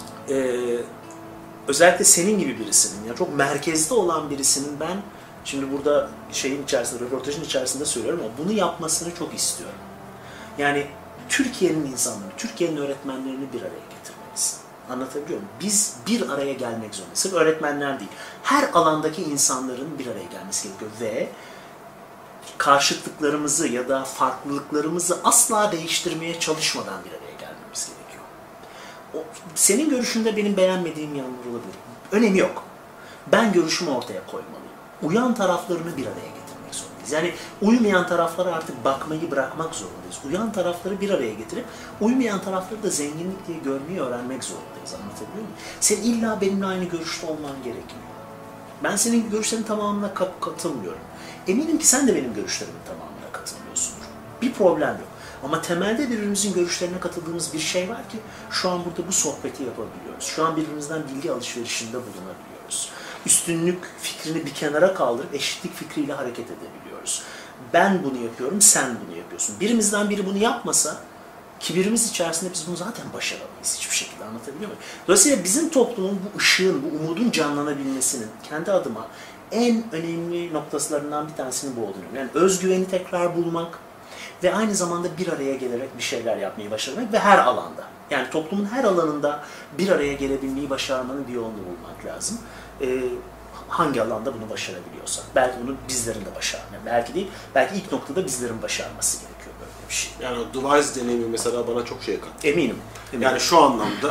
özellikle senin gibi birisinin, yani çok merkezde olan birisinin ben şimdi burada şeyin içerisinde, röportajın içerisinde söylüyorum ama bunu yapmasını çok istiyorum. Yani Türkiye'nin insanları, Türkiye'nin öğretmenlerini bir araya getirmelisin. Anlatabiliyor muyum? Biz bir araya gelmek zorundayız. Sırf öğretmenler değil, her alandaki insanların bir araya gelmesi gerekiyor ve karşıtlıklarımızı ya da farklılıklarımızı asla değiştirmeye çalışmadan bir araya gelmemiz gerekiyor. Senin görüşünde benim beğenmediğim yanlar olabilir. Önemi yok. Ben görüşümü ortaya koymalıyım. Uyan taraflarını bir araya getirmek zorundayız. Yani uymayan taraflara artık bakmayı bırakmak zorundayız. Uyan tarafları bir araya getirip uymayan tarafları da zenginlik diye görmeyi öğrenmek zorundayız. Anlatabiliyor muyum? Sen illa benimle aynı görüşte olman gerekmiyor. Ben senin görüşlerin tamamına katılmıyorum. Eminim ki sen de benim görüşlerimin tamamına katılmıyorsundur. Bir problem yok. Ama temelde birbirimizin görüşlerine katıldığımız bir şey var ki şu an burada bu sohbeti yapabiliyoruz. Şu an birbirimizden bilgi alışverişinde bulunabiliyoruz. Üstünlük fikrini bir kenara kaldırıp eşitlik fikriyle hareket edebiliyoruz. Ben bunu yapıyorum, sen bunu yapıyorsun. Birimizden biri bunu yapmasa, kibirimiz içerisinde biz bunu zaten başaramayız hiçbir şekilde, anlatabiliyor muyum? Dolayısıyla bizim toplumun bu ışığın, bu umudun canlanabilmesinin kendi adıma en önemli noktalarından bir tanesini bu olduğunu. Yani özgüveni tekrar bulmak ve aynı zamanda bir araya gelerek bir şeyler yapmayı başarmak ve her alanda. Yani toplumun her alanında bir araya gelebilmeyi başarmanın bir yolunu bulmak lazım. Hangi alanda bunu başarabiliyorsa. Belki bunu bizlerin de başarmıyor. Belki değil, belki ilk noktada bizlerin başarması gerekiyor böyle bir şey. Yani o Device deneyimi mesela bana çok şey kattı. Eminim. Yani şu anlamda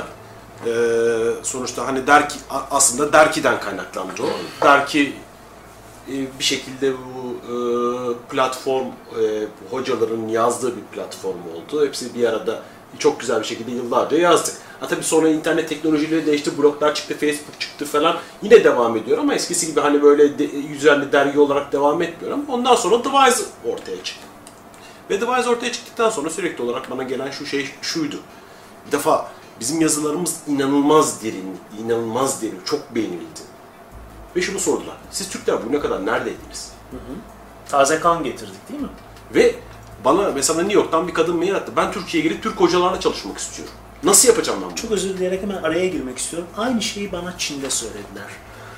sonuçta hani Derki, aslında Derki'den kaynaklandı o. Derki bir şekilde bu platform hocaların yazdığı bir platform oldu. Hepsi bir arada çok güzel bir şekilde yıllarca yazdık. Tabii sonra internet teknolojileri değişti, bloglar çıktı, Facebook çıktı falan. Yine devam ediyor ama eskisi gibi hani böyle yüzlerli dergi olarak devam etmiyor ama ondan sonra Device ortaya çıktı. Ve Device ortaya çıktıktan sonra sürekli olarak bana gelen şuydu. Bir defa bizim yazılarımız inanılmaz derin, çok beğenildi. Ve şunu sordular, siz Türkler bugüne kadar neredeydiniz? Taze kan getirdik değil mi? Ve bana mesela New York'tan bir kadın mail attı. Ben Türkiye'ye gelip Türk hocalarla çalışmak istiyorum. Nasıl yapacağım ben bunu? Çok özür dileyerek hemen araya girmek istiyorum. Aynı şeyi bana Çin'de söylediler.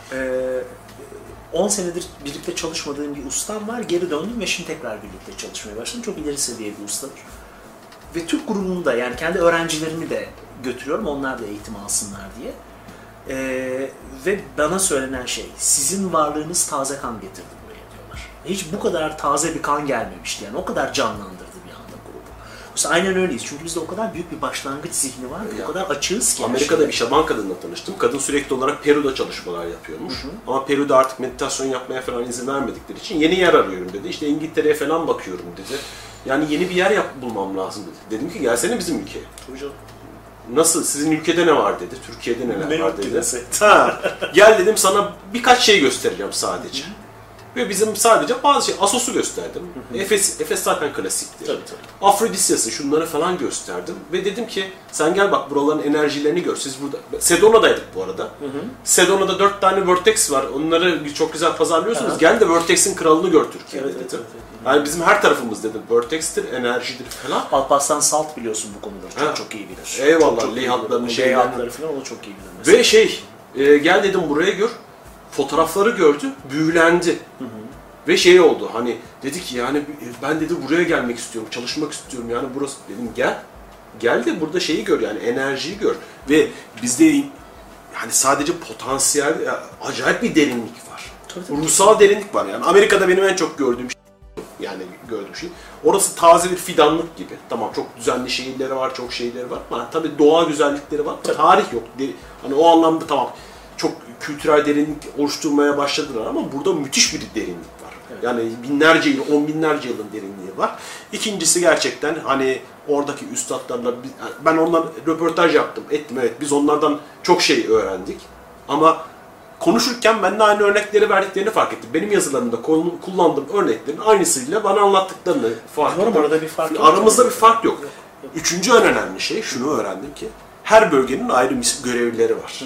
10 senedir birlikte çalışmadığım bir ustam var. Geri döndüm ve şimdi tekrar birlikte çalışmaya başladım. Çok ileri seviye bir ustadır. Ve Türk grubunu da yani kendi öğrencilerimi de götürüyorum. Onlar da eğitim alsınlar diye. Ve bana söylenen şey, sizin varlığınız taze kan getirdi buraya diyorlar. Hiç bu kadar taze bir kan gelmemişti yani. O kadar canlandırdı bir anda grubu. Mesela aynen öyleyiz. Çünkü bizde o kadar büyük bir başlangıç zihni var ki, o kadar açığız ki. Amerika'da bir şaman kadınla tanıştım. Kadın sürekli olarak Peru'da çalışmalar yapıyormuş. Ama Peru'da artık meditasyon yapmaya falan izin vermedikleri için yeni yer arıyorum dedi. İşte İngiltere'ye falan bakıyorum dedi. Yani yeni bir yer bulmam lazım dedi. Dedim ki gelsene bizim ülkeye. Nasıl? Sizin ülkede ne var dedi. Türkiye'de neler var dedi. Ha, gel dedim sana birkaç şey göstereceğim sadece. Ve bizim sadece bazı Assos'u gösterdim. Efes zaten klasikti. Tabii. Afrodisyas'ı, şunları falan gösterdim. Ve dedim ki sen gel bak buraların enerjilerini gör. Siz burada... Sedona'daydık bu arada. Sedona'da 4 tane Vertex var. Onları çok güzel pazarlıyorsunuz. Evet. Gel de Vertex'in kralını gör Türkiye'de Evet. dedim. Yani bizim her tarafımız dedim. Vertex'tir, enerjidir falan. Alparslan Salt biliyorsun bu konuda. Ha. Çok iyi bilir. Eyvallah, Çok iyi leyhatlarını, bilir. şeylerini. Leyhatları falan onu çok iyi bilir mesela. Ve gel dedim buraya gör. Fotoğrafları gördü, büyülendi. Ve oldu hani dedi ki yani ben dedi buraya gelmek istiyorum, çalışmak istiyorum yani burası dedim gel. Gel de burada gör yani enerjiyi gör. Ve bizde yani sadece potansiyel, acayip bir derinlik var. Tabii. Ruhsal derinlik var yani. Amerika'da benim en çok gördüğüm yani gördüğüm şey. Orası taze bir fidanlık gibi. Tamam çok düzenli şehirleri var, çok şeyleri var ama tabii doğa güzellikleri var. Tabii. Tarih yok. Hani o anlamda tamam çok kültürel derinlik oluşturmaya başladılar ama burada müthiş bir derinlik var. Evet. Yani binlerce yıl, 10 binlerce yılın derinliği var. İkincisi gerçekten hani oradaki üstadlarla ben onlarla röportaj yaptım, ettim evet biz onlardan çok şey öğrendik. Ama konuşurken ben de aynı örnekleri verdiklerini fark ettim. Benim yazılarımda kullandığım örneklerin aynısıyla bana anlattıklarını fark ettim. Arada bir fark yok. Aramızda bir fark yok. Üçüncü en önemli şey, şunu öğrendim ki her bölgenin ayrı görevlileri var.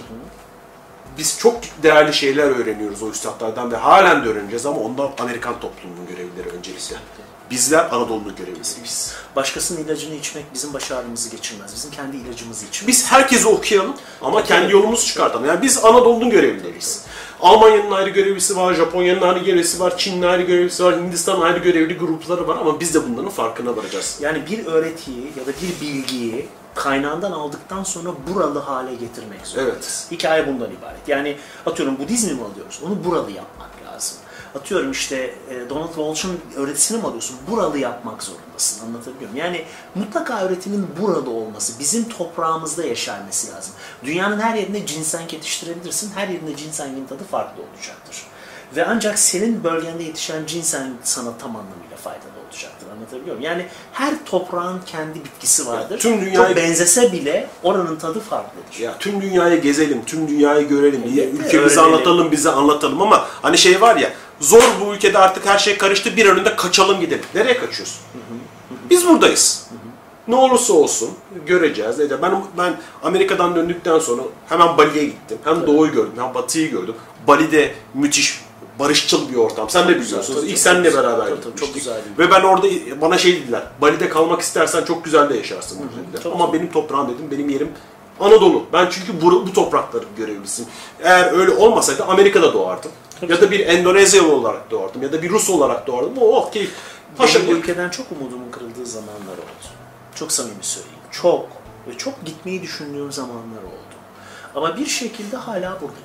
Biz çok değerli şeyler öğreniyoruz o üstadlardan ve halen de öğreneceğiz ama ondan Amerikan toplumunun görevlileri öncelikle. Bizler Anadolu'nun görevlisiyiz. Başkasının ilacını içmek bizim baş ağrımızı geçirmez. Bizim kendi ilacımızı içmek. Biz herkesi okuyalım ama kendi yolumuzu çıkartalım. Yani biz Anadolu'nun görevlileriyiz. Almanya'nın ayrı görevlisi var, Japonya'nın ayrı görevlisi var, Çin'in ayrı görevlisi var, Hindistan'ın ayrı görevli grupları var ama biz de bunların farkına varacağız. Yani bir öğretiyi ya da bir bilgiyi kaynağından aldıktan sonra buralı hale getirmek zorundayız. Evet. Hikaye bundan ibaret. Yani atıyorum Budizmi mi alıyoruz? Onu buralı yapmak lazım. Atıyorum işte Donald Walsh'ın öğretisini mi alıyorsun? Buralı yapmak zorundasın. Anlatabiliyor muyum? Yani mutlaka öğretinin buralı olması, bizim toprağımızda yeşermesi lazım. Dünyanın her yerinde ginseng yetiştirebilirsin. Her yerinde ginsengin tadı farklı olacaktır. Ve ancak senin bölgende yetişen ginseng sana tam anlamıyla faydalı olacaktır. Anlatabiliyor muyum? Yani her toprağın kendi bitkisi vardır. Tüm dünyayı... Çok benzese bile oranın tadı farklıdır. Ya tüm dünyayı gezelim, tüm dünyayı görelim, ülkemizi öğrenelim. anlatalım, bize anlatalım ama hani var ya, zor bu ülkede artık her şey karıştı, bir an önce kaçalım gidelim. Nereye kaçıyorsun? Biz buradayız. Ne olursa olsun göreceğiz. Ben Amerika'dan döndükten sonra hemen Bali'ye gittim. Hem Doğu'yu gördüm, hem Batı'yı gördüm. Bali'de müthiş barışçıl bir ortam. Sen de biliyorsunuz. İlk seninle beraber gitmiştik. Çok güzel. Ve ben orada bana dediler. Bali'de kalmak istersen çok güzel de yaşarsın dediler. Ama benim toprağım dedim. Benim yerim Anadolu. Ben çünkü bu toprakların görevlisiyim. Eğer öyle olmasaydı Amerika'da doğardım. Ya da bir Endonezyalı olarak doğardım. Ya da bir Rus olarak doğardım. Okey. Benim bu ülkeden çok umudumun kırıldığı zamanlar oldu. Çok samimi söyleyeyim. Çok. Ve çok gitmeyi düşündüğüm zamanlar oldu. Ama bir şekilde hala buradayım.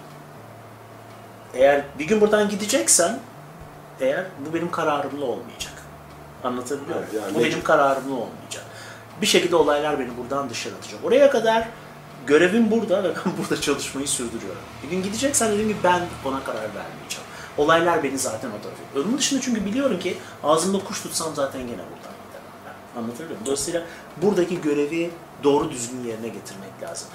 Eğer bir gün buradan gideceksen, bu benim kararımla olmayacak. Anlatabiliyor muyum? Evet, yani bu benim kararımla olmayacak. Bir şekilde olaylar beni buradan dışarı atacak. Oraya kadar görevim burada ve ben burada çalışmayı sürdürüyorum. Bir gün gideceksen dedim ki ben ona karar vermeyeceğim. Olaylar beni zaten o tarafa itiyor. Onun dışında çünkü biliyorum ki ağzımda kuş tutsam zaten gene buradan giderim ben. Anlatabiliyor muyum? Dolayısıyla buradaki görevi doğru düzgün yerine getirmek lazım.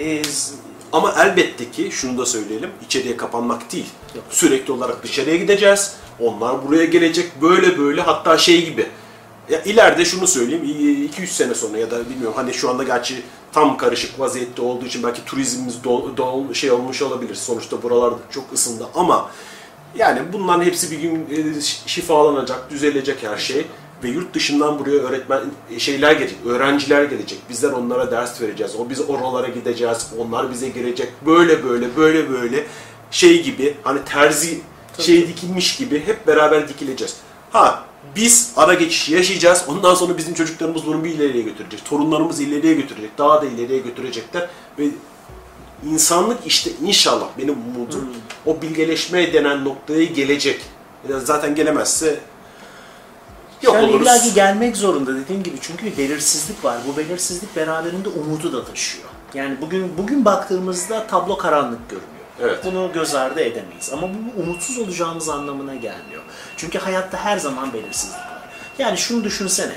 Ama elbette ki şunu da söyleyelim, içeriye kapanmak değil. Yok. Sürekli olarak dışarıya gideceğiz. Onlar buraya gelecek böyle hatta gibi. Ya ileride şunu söyleyeyim, 2-3 sene sonra ya da bilmiyorum hani şu anda gerçi tam karışık vaziyette olduğu için belki turizmimiz olmuş olabilir. Sonuçta buralar çok ısındı ama yani bunların hepsi bir gün şifalanacak, düzelecek her şey. Ve yurt dışından buraya gelecek, öğrenciler gelecek. Bizler onlara ders vereceğiz. Biz oralara gideceğiz. Onlar bize girecek. Böyle gibi hani terzi dikilmiş gibi hep beraber dikileceğiz. Biz ara geçişi yaşayacağız. Ondan sonra bizim çocuklarımız bunu bir ileriye götürecek. Torunlarımız ileriye götürecek. Daha da ileriye götürecekler. Ve insanlık işte inşallah benim umudum o bilgeleşmeye denen noktaya gelecek. Zaten gelemezse yok yani oluruz. İlla ki gelmek zorunda dediğim gibi çünkü bir belirsizlik var. Bu belirsizlik beraberinde umudu da taşıyor. Yani bugün baktığımızda tablo karanlık görünüyor. Evet. Bunu göz ardı edemeyiz. Ama bu umutsuz olacağımız anlamına gelmiyor. Çünkü hayatta her zaman belirsizlik var. Yani şunu düşünsene.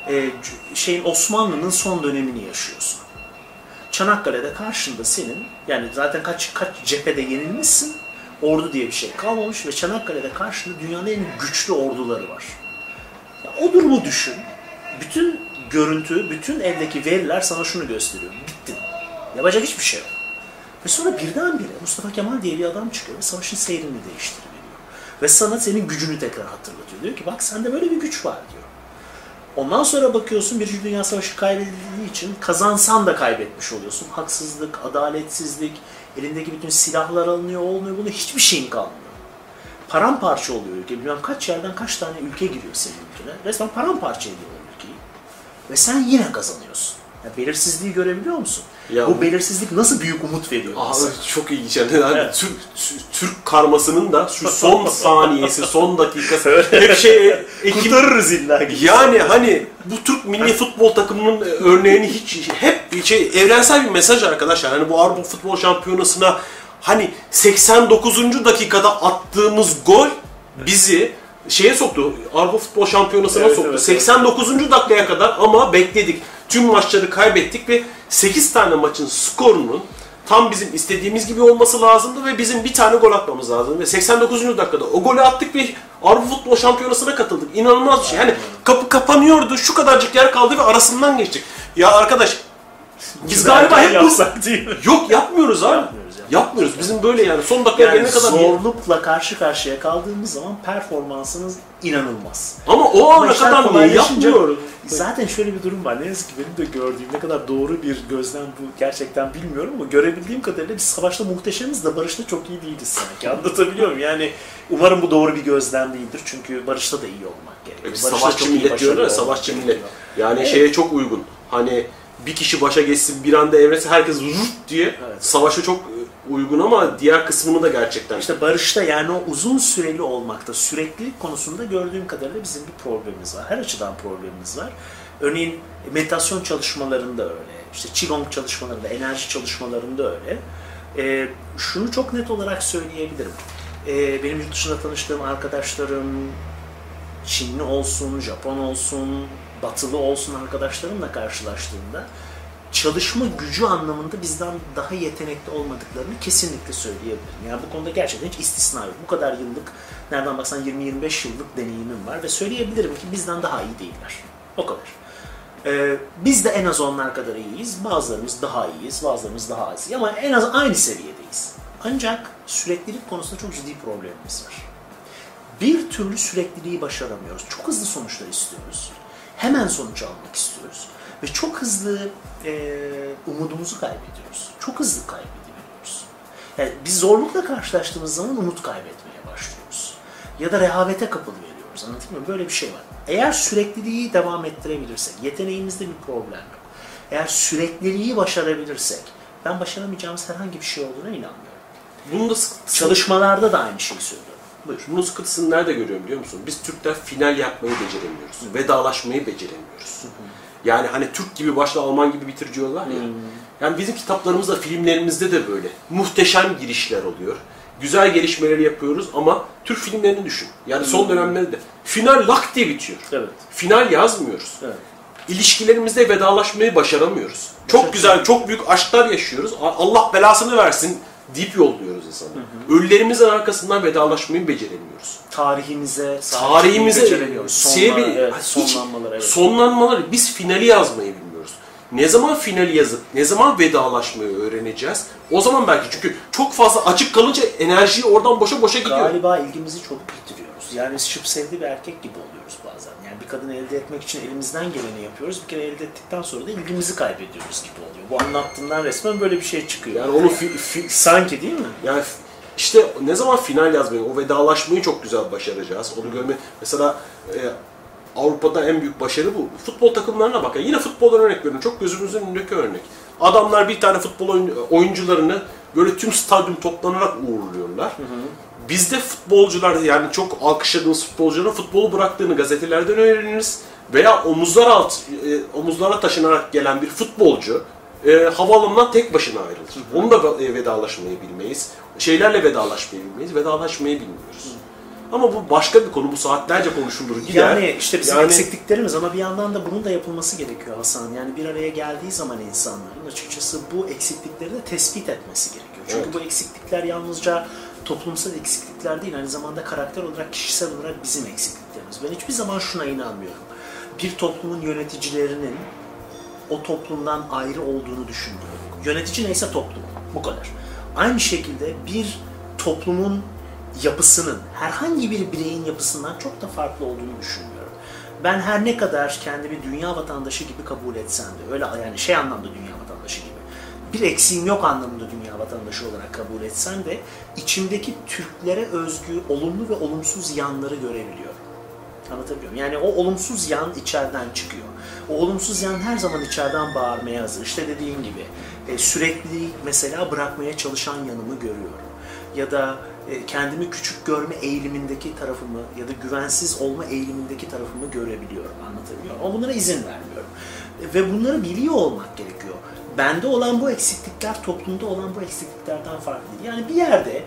Osmanlı'nın son dönemini yaşıyorsun. Çanakkale'de karşında senin yani zaten kaç cephede yenilmişsin. ordu diye bir şey kalmamış ve Çanakkale'de karşında dünyanın en güçlü orduları var. Ya, o durumu düşün. Bütün görüntü, bütün eldeki veriler sana şunu gösteriyor. Bittin. Yapacak hiçbir şey yok. Ve sonra birdenbire Mustafa Kemal diye bir adam çıkıyor ve savaşın seyrini değiştiriveriyor. Ve sana senin gücünü tekrar hatırlatıyor. Diyor ki bak sende böyle bir güç var diyor. Ondan sonra bakıyorsun Birinci Dünya Savaşı kaybedildiği için kazansan da kaybetmiş oluyorsun. Haksızlık, adaletsizlik, elindeki bütün silahlar alınıyor, olmuyor, bunun hiçbir şeyin kalmıyor. Paramparça oluyor ülke. Bilmem kaç yerden kaç tane ülke giriyor senin ülkene. Resmen paramparça ediyorlar ülkeyi. Ve sen yine kazanıyorsun. Ya belirsizliği görebiliyor musun? Ya bu belirsizlik nasıl büyük umut veriyor? Çok ilginç. Yani Evet. Türk karmasının da şu son saniyesi, son dakikası hep şey kurtarırız illa gibi. Yani hani bu Türk milli futbol takımının örneğini hiç hep evrensel bir mesaj arkadaşlar. Hani bu Avrupa Futbol Şampiyonası'na hani 89. dakikada attığımız gol bizi şeye soktu. Avrupa Futbol Şampiyonası'na soktu. Evet. 89. dakikaya kadar ama bekledik. Tüm maçları kaybettik ve 8 tane maçın skorunun tam bizim istediğimiz gibi olması lazımdı ve bizim bir tane gol atmamız lazımdı. Ve 89. dakikada o golü attık ve Avrupa Futbol Şampiyonası'na katıldık. İnanılmaz bir şey. Yani kapı kapanıyordu, şu kadarcık yer kaldı ve arasından geçtik. Ya arkadaş, biz galiba hep Yok yapmıyoruz abi. Yapmıyoruz. Bizim böyle yani son dakikaya gelene kadar zorlukla karşı karşıya kaldığımız zaman performansınız inanılmaz. Ama o ana kadar niye yapmıyoruz? Zaten şöyle bir durum var. Ne yazık ki benim de gördüğüm ne kadar doğru bir gözlem bu gerçekten bilmiyorum ama görebildiğim kadarıyla biz savaşta muhteşemiz de barışta çok iyi değiliz sanki. Anlatabiliyor muyum? Yani umarım bu doğru bir gözlem değildir. Çünkü barışta da iyi olmak gerekiyor. Savaşçı millet diyor ya, savaşçı millet. Yani evet. Şeye çok uygun. Hani bir kişi başa geçsin, bir anda evresi herkes rut diye savaşa çok uygun ama diğer kısmını da gerçekten. İşte barışta yani o uzun süreli olmakta, süreklilik konusunda gördüğüm kadarıyla bizim bir problemimiz var. Her açıdan problemimiz var. Örneğin meditasyon çalışmalarında öyle, işte Qigong çalışmalarında, enerji çalışmalarında öyle. Şunu çok net olarak söyleyebilirim. Benim yurt dışında tanıştığım arkadaşlarım, Çinli olsun, Japon olsun, Batılı olsun arkadaşlarımla karşılaştığımda çalışma gücü anlamında bizden daha yetenekli olmadıklarını kesinlikle söyleyebilirim. Yani bu konuda gerçekten hiç istisna yok. Bu kadar yıllık, nereden baksan 20-25 yıllık deneyimim var ve söyleyebilirim ki bizden daha iyi değiller. O kadar. Biz de en az onlar kadar iyiyiz. Bazılarımız daha iyiyiz, bazılarımız daha az iyi ama en az aynı seviyedeyiz. Ancak süreklilik konusunda çok ciddi problemimiz var. Bir türlü sürekliliği başaramıyoruz. Çok hızlı sonuçlar istiyoruz. Hemen sonuç almak istiyoruz. Ve çok hızlı umudumuzu kaybediyoruz. Çok hızlı kaybediyoruz. Yani biz zorlukla karşılaştığımız zaman umut kaybetmeye başlıyoruz. Ya da rehavete kapılıveriyoruz. Anlatayım mı? Böyle bir şey var. Eğer sürekliliği devam ettirebilirsek, yeteneğimizde bir problem yok. Eğer sürekliliği başarabilirsek, ben başaramayacağımız herhangi bir şey olduğuna inanmıyorum. Bunun da çalışmalarda da aynı şeyi söylüyorum. Buyur. Bunun sıkıntısını nerede görüyorum biliyor musun? Biz Türkler final yapmayı beceremiyoruz. Vedalaşmayı beceremiyoruz. Yani hani Türk gibi başla Alman gibi bitir diyorlar ya. Yani bizim kitaplarımızda, filmlerimizde de böyle. Muhteşem girişler oluyor. Güzel gelişmeleri yapıyoruz ama Türk filmlerini düşün. Yani son dönemlerde de. Final lak diye bitiyor. Evet. Final yazmıyoruz. Evet. İlişkilerimizde vedalaşmayı başaramıyoruz. Çok güzel, çok büyük aşklar yaşıyoruz. Allah belasını versin deyip yolluyoruz insanı. Ölülerimizin arkasından vedalaşmayı beceremiyoruz. Tarihimize beceremiyoruz. Sonlanmaları. Biz finali yazmayı bilmiyoruz. Ne zaman finali yazıp, ne zaman vedalaşmayı öğreneceğiz? O zaman belki çünkü çok fazla açık kalınca enerjiyi oradan boşa boşa gidiyor. Galiba ilgimizi çok yitiriyoruz. Yani şıpsevdi bir erkek gibi oluyoruz bazen. Yani bir kadını elde etmek için elimizden geleni yapıyoruz. Bir kere elde ettikten sonra da ilgimizi kaybediyoruz gibi oluyor. Bu anlattığımdan resmen böyle bir şey çıkıyor. Yani onu sanki değil mi? Yani işte ne zaman final yazmayı, o vedalaşmayı çok güzel başaracağız. Onu görme. Mesela Avrupa'da en büyük başarı bu. Futbol takımlarına bak. Yine futboldan örnek veriyorum. Çok gözümüzün önündeki örnek. Adamlar bir tane futbol oyuncularını böyle tüm stadyum toplanarak uğurluyorlar. Bizde futbolcular, yani çok alkışladığımız futbolcuların futbolu bıraktığını gazetelerden öğreniriz. Veya omuzlara taşınarak gelen bir futbolcu havaalanından tek başına ayrılır. Onu da vedalaşmayı bilmeyiz. Şeylerle vedalaşmayı bilmeyiz. Vedalaşmayı bilmiyoruz. Ama bu başka bir konu. Bu saatlerce konuşulur gider. Yani işte bizim eksikliklerimiz ama bir yandan da bunun da yapılması gerekiyor Hasan. Yani bir araya geldiği zaman insanların açıkçası bu eksiklikleri de tespit etmesi gerekiyor. Çünkü bu eksiklikler yalnızca toplumsal eksiklikler değil, aynı zamanda karakter olarak, kişisel olarak bizim eksikliklerimiz. Ben hiçbir zaman şuna inanmıyorum. Bir toplumun yöneticilerinin o toplumdan ayrı olduğunu düşünmüyorum. Yönetici neyse toplum. Bu kadar. Aynı şekilde bir toplumun yapısının herhangi bir bireyin yapısından çok da farklı olduğunu düşünmüyorum. Ben her ne kadar kendimi dünya vatandaşı gibi kabul etsem de, öyle yani şey anlamda dünya vatandaşı gibi, bir eksiğim yok anlamında dünya vatandaşı olarak kabul etsem de içimdeki Türklere özgü olumlu ve olumsuz yanları görebiliyorum. Anlatabiliyor muyum? Yani o olumsuz yan içeriden çıkıyor. O olumsuz yan her zaman içeriden bağırmaya hazır. İşte dediğim gibi sürekli mesela bırakmaya çalışan yanımı görüyorum. Ya da kendimi küçük görme eğilimindeki tarafımı ya da güvensiz olma eğilimindeki tarafımı görebiliyorum. Anlatabiliyor muyum? Ama bunlara izin vermiyorum. Ve bunları biliyor olmak gerekiyor. Bende olan bu eksiklikler toplumda olan bu eksikliklerden farklı değil. Yani bir yerde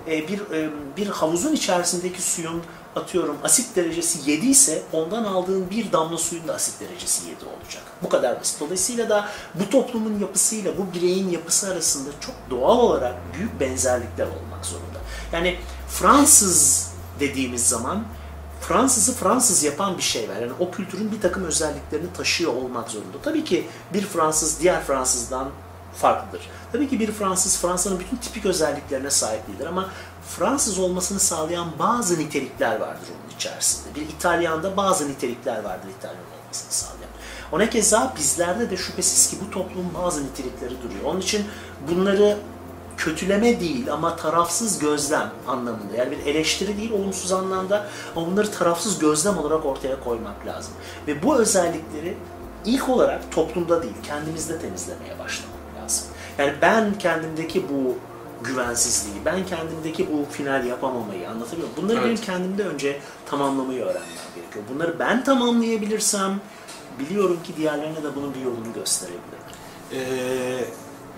bir havuzun içerisindeki suyun atıyorum asit derecesi 7 ise ondan aldığın bir damla suyun da asit derecesi 7 olacak. Bu kadar basit. Dolayısıyla da bu toplumun yapısıyla bu bireyin yapısı arasında çok doğal olarak büyük benzerlikler olmak zorunda. Yani Fransız dediğimiz zaman Fransız'ı Fransız yapan bir şey var. Yani o kültürün bir takım özelliklerini taşıyor olmak zorunda. Tabii ki bir Fransız diğer Fransızdan farklıdır. Tabii ki bir Fransız Fransa'nın bütün tipik özelliklerine sahip değildir ama Fransız olmasını sağlayan bazı nitelikler vardır onun içerisinde. Bir İtalyan'da bazı nitelikler vardır İtalyan olmasını sağlayan. Ona keza bizlerde de şüphesiz ki bu toplumun bazı nitelikleri duruyor. Onun için bunları kötüleme değil ama tarafsız gözlem anlamında. Yani bir eleştiri değil olumsuz anlamda ama bunları tarafsız gözlem olarak ortaya koymak lazım. Ve bu özellikleri ilk olarak toplumda değil kendimizde temizlemeye başlamak lazım. Yani ben kendimdeki bu güvensizliği, ben kendimdeki bu final yapamamayı anlatabiliyor muyum? Bunları benim kendimde önce tamamlamayı öğrenmem gerekiyor. Bunları ben tamamlayabilirsem biliyorum ki diğerlerine de bunun bir yolunu gösterebilirim.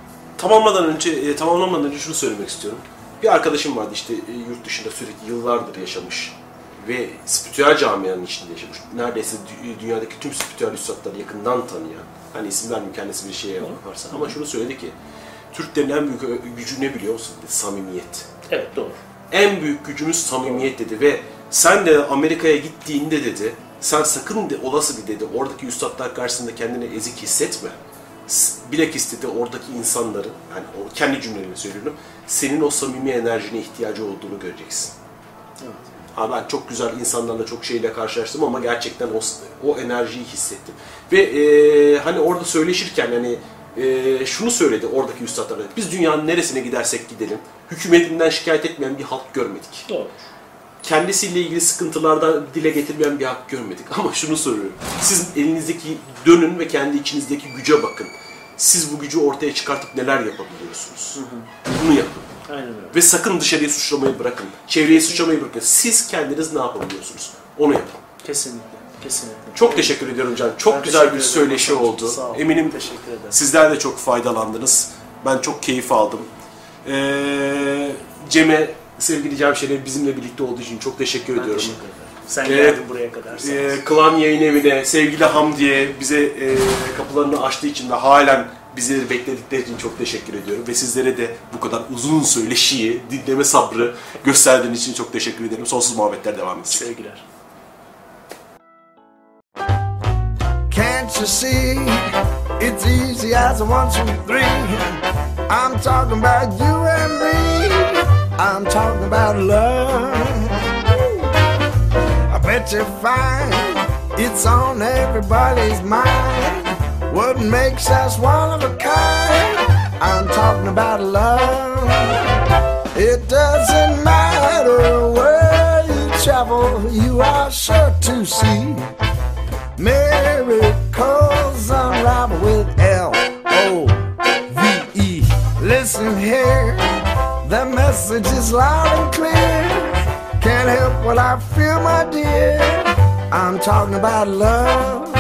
Tamamlamadan önce şunu söylemek istiyorum. Bir arkadaşım vardı işte yurt dışında sürekli yıllardır yaşamış ve spiritüel camianın içinde yaşamış. Neredeyse dünyadaki tüm spiritüel üstadları yakından tanıyan, hani isim vermeyeyim kendisi bir şeye yaparsa ama şunu söyledi ki Türklerin en büyük gücü ne biliyor musun? Dedi, samimiyet. Evet doğru. En büyük gücümüz samimiyet dedi ve sen de Amerika'ya gittiğinde dedi sen sakın olası bir dedi oradaki üstadlar karşısında kendini ezik hissetme. Bilakis dedi oradaki insanların, yani o kendi cümlelerimi söylüyorum, senin o samimi enerjine ihtiyacı olduğunu göreceksin. Evet. Ha ben çok güzel insanlarla çok şeyle karşılaştım ama gerçekten o enerjiyi hissettim. Ve hani orada söyleşirken hani şunu söyledi oradaki üstadlar, biz dünyanın neresine gidersek gidelim, hükümetinden şikayet etmeyen bir halk görmedik. Doğru. Kendisiyle ilgili sıkıntılardan dile getirmeyen bir halk görmedik. Ama şunu soruyorum, siz elinizdeki dönün ve kendi içinizdeki güce bakın. Siz bu gücü ortaya çıkartıp neler yapabiliyorsunuz? Bunu yapın. Aynen öyle. Ve sakın dışarıyı suçlamayı bırakın. Çevreyi suçlamayı bırakın. Siz kendiniz ne yapabiliyorsunuz? Onu yapın. Kesinlikle. Kesinlikle. Çok teşekkür ediyorum Can. Çok güzel bir söyleşi oldu. Eminim sizler de çok faydalandınız. Ben çok keyif aldım. Cem'e, sevgili Cem Şener bizimle birlikte olduğu için çok teşekkür ediyorum. Teşekkür ederim. Sen geldin buraya kadar. Klan Yayın Evi'ne, sevgili Hamdi'ye bize kapılarını açtığı için ve halen bizleri bekledikleri için çok teşekkür ediyorum. Ve sizlere de bu kadar uzun söyleşiyi, dinleme sabrı gösterdiğiniz için çok teşekkür ederim. Sonsuz muhabbetler devam edecek. Sevgiler. Can't you see, it's easy as a 1, 2, 3. I'm talking about you and me. I'm talking about love. I bet you find it's on everybody's mind. What makes us one of a kind? I'm talking about love. It doesn't matter where you travel, you are sure to see miracles unravel with L-O-V-E. Listen here, the message is loud and clear. Can't help what I feel, my dear. I'm talking about love.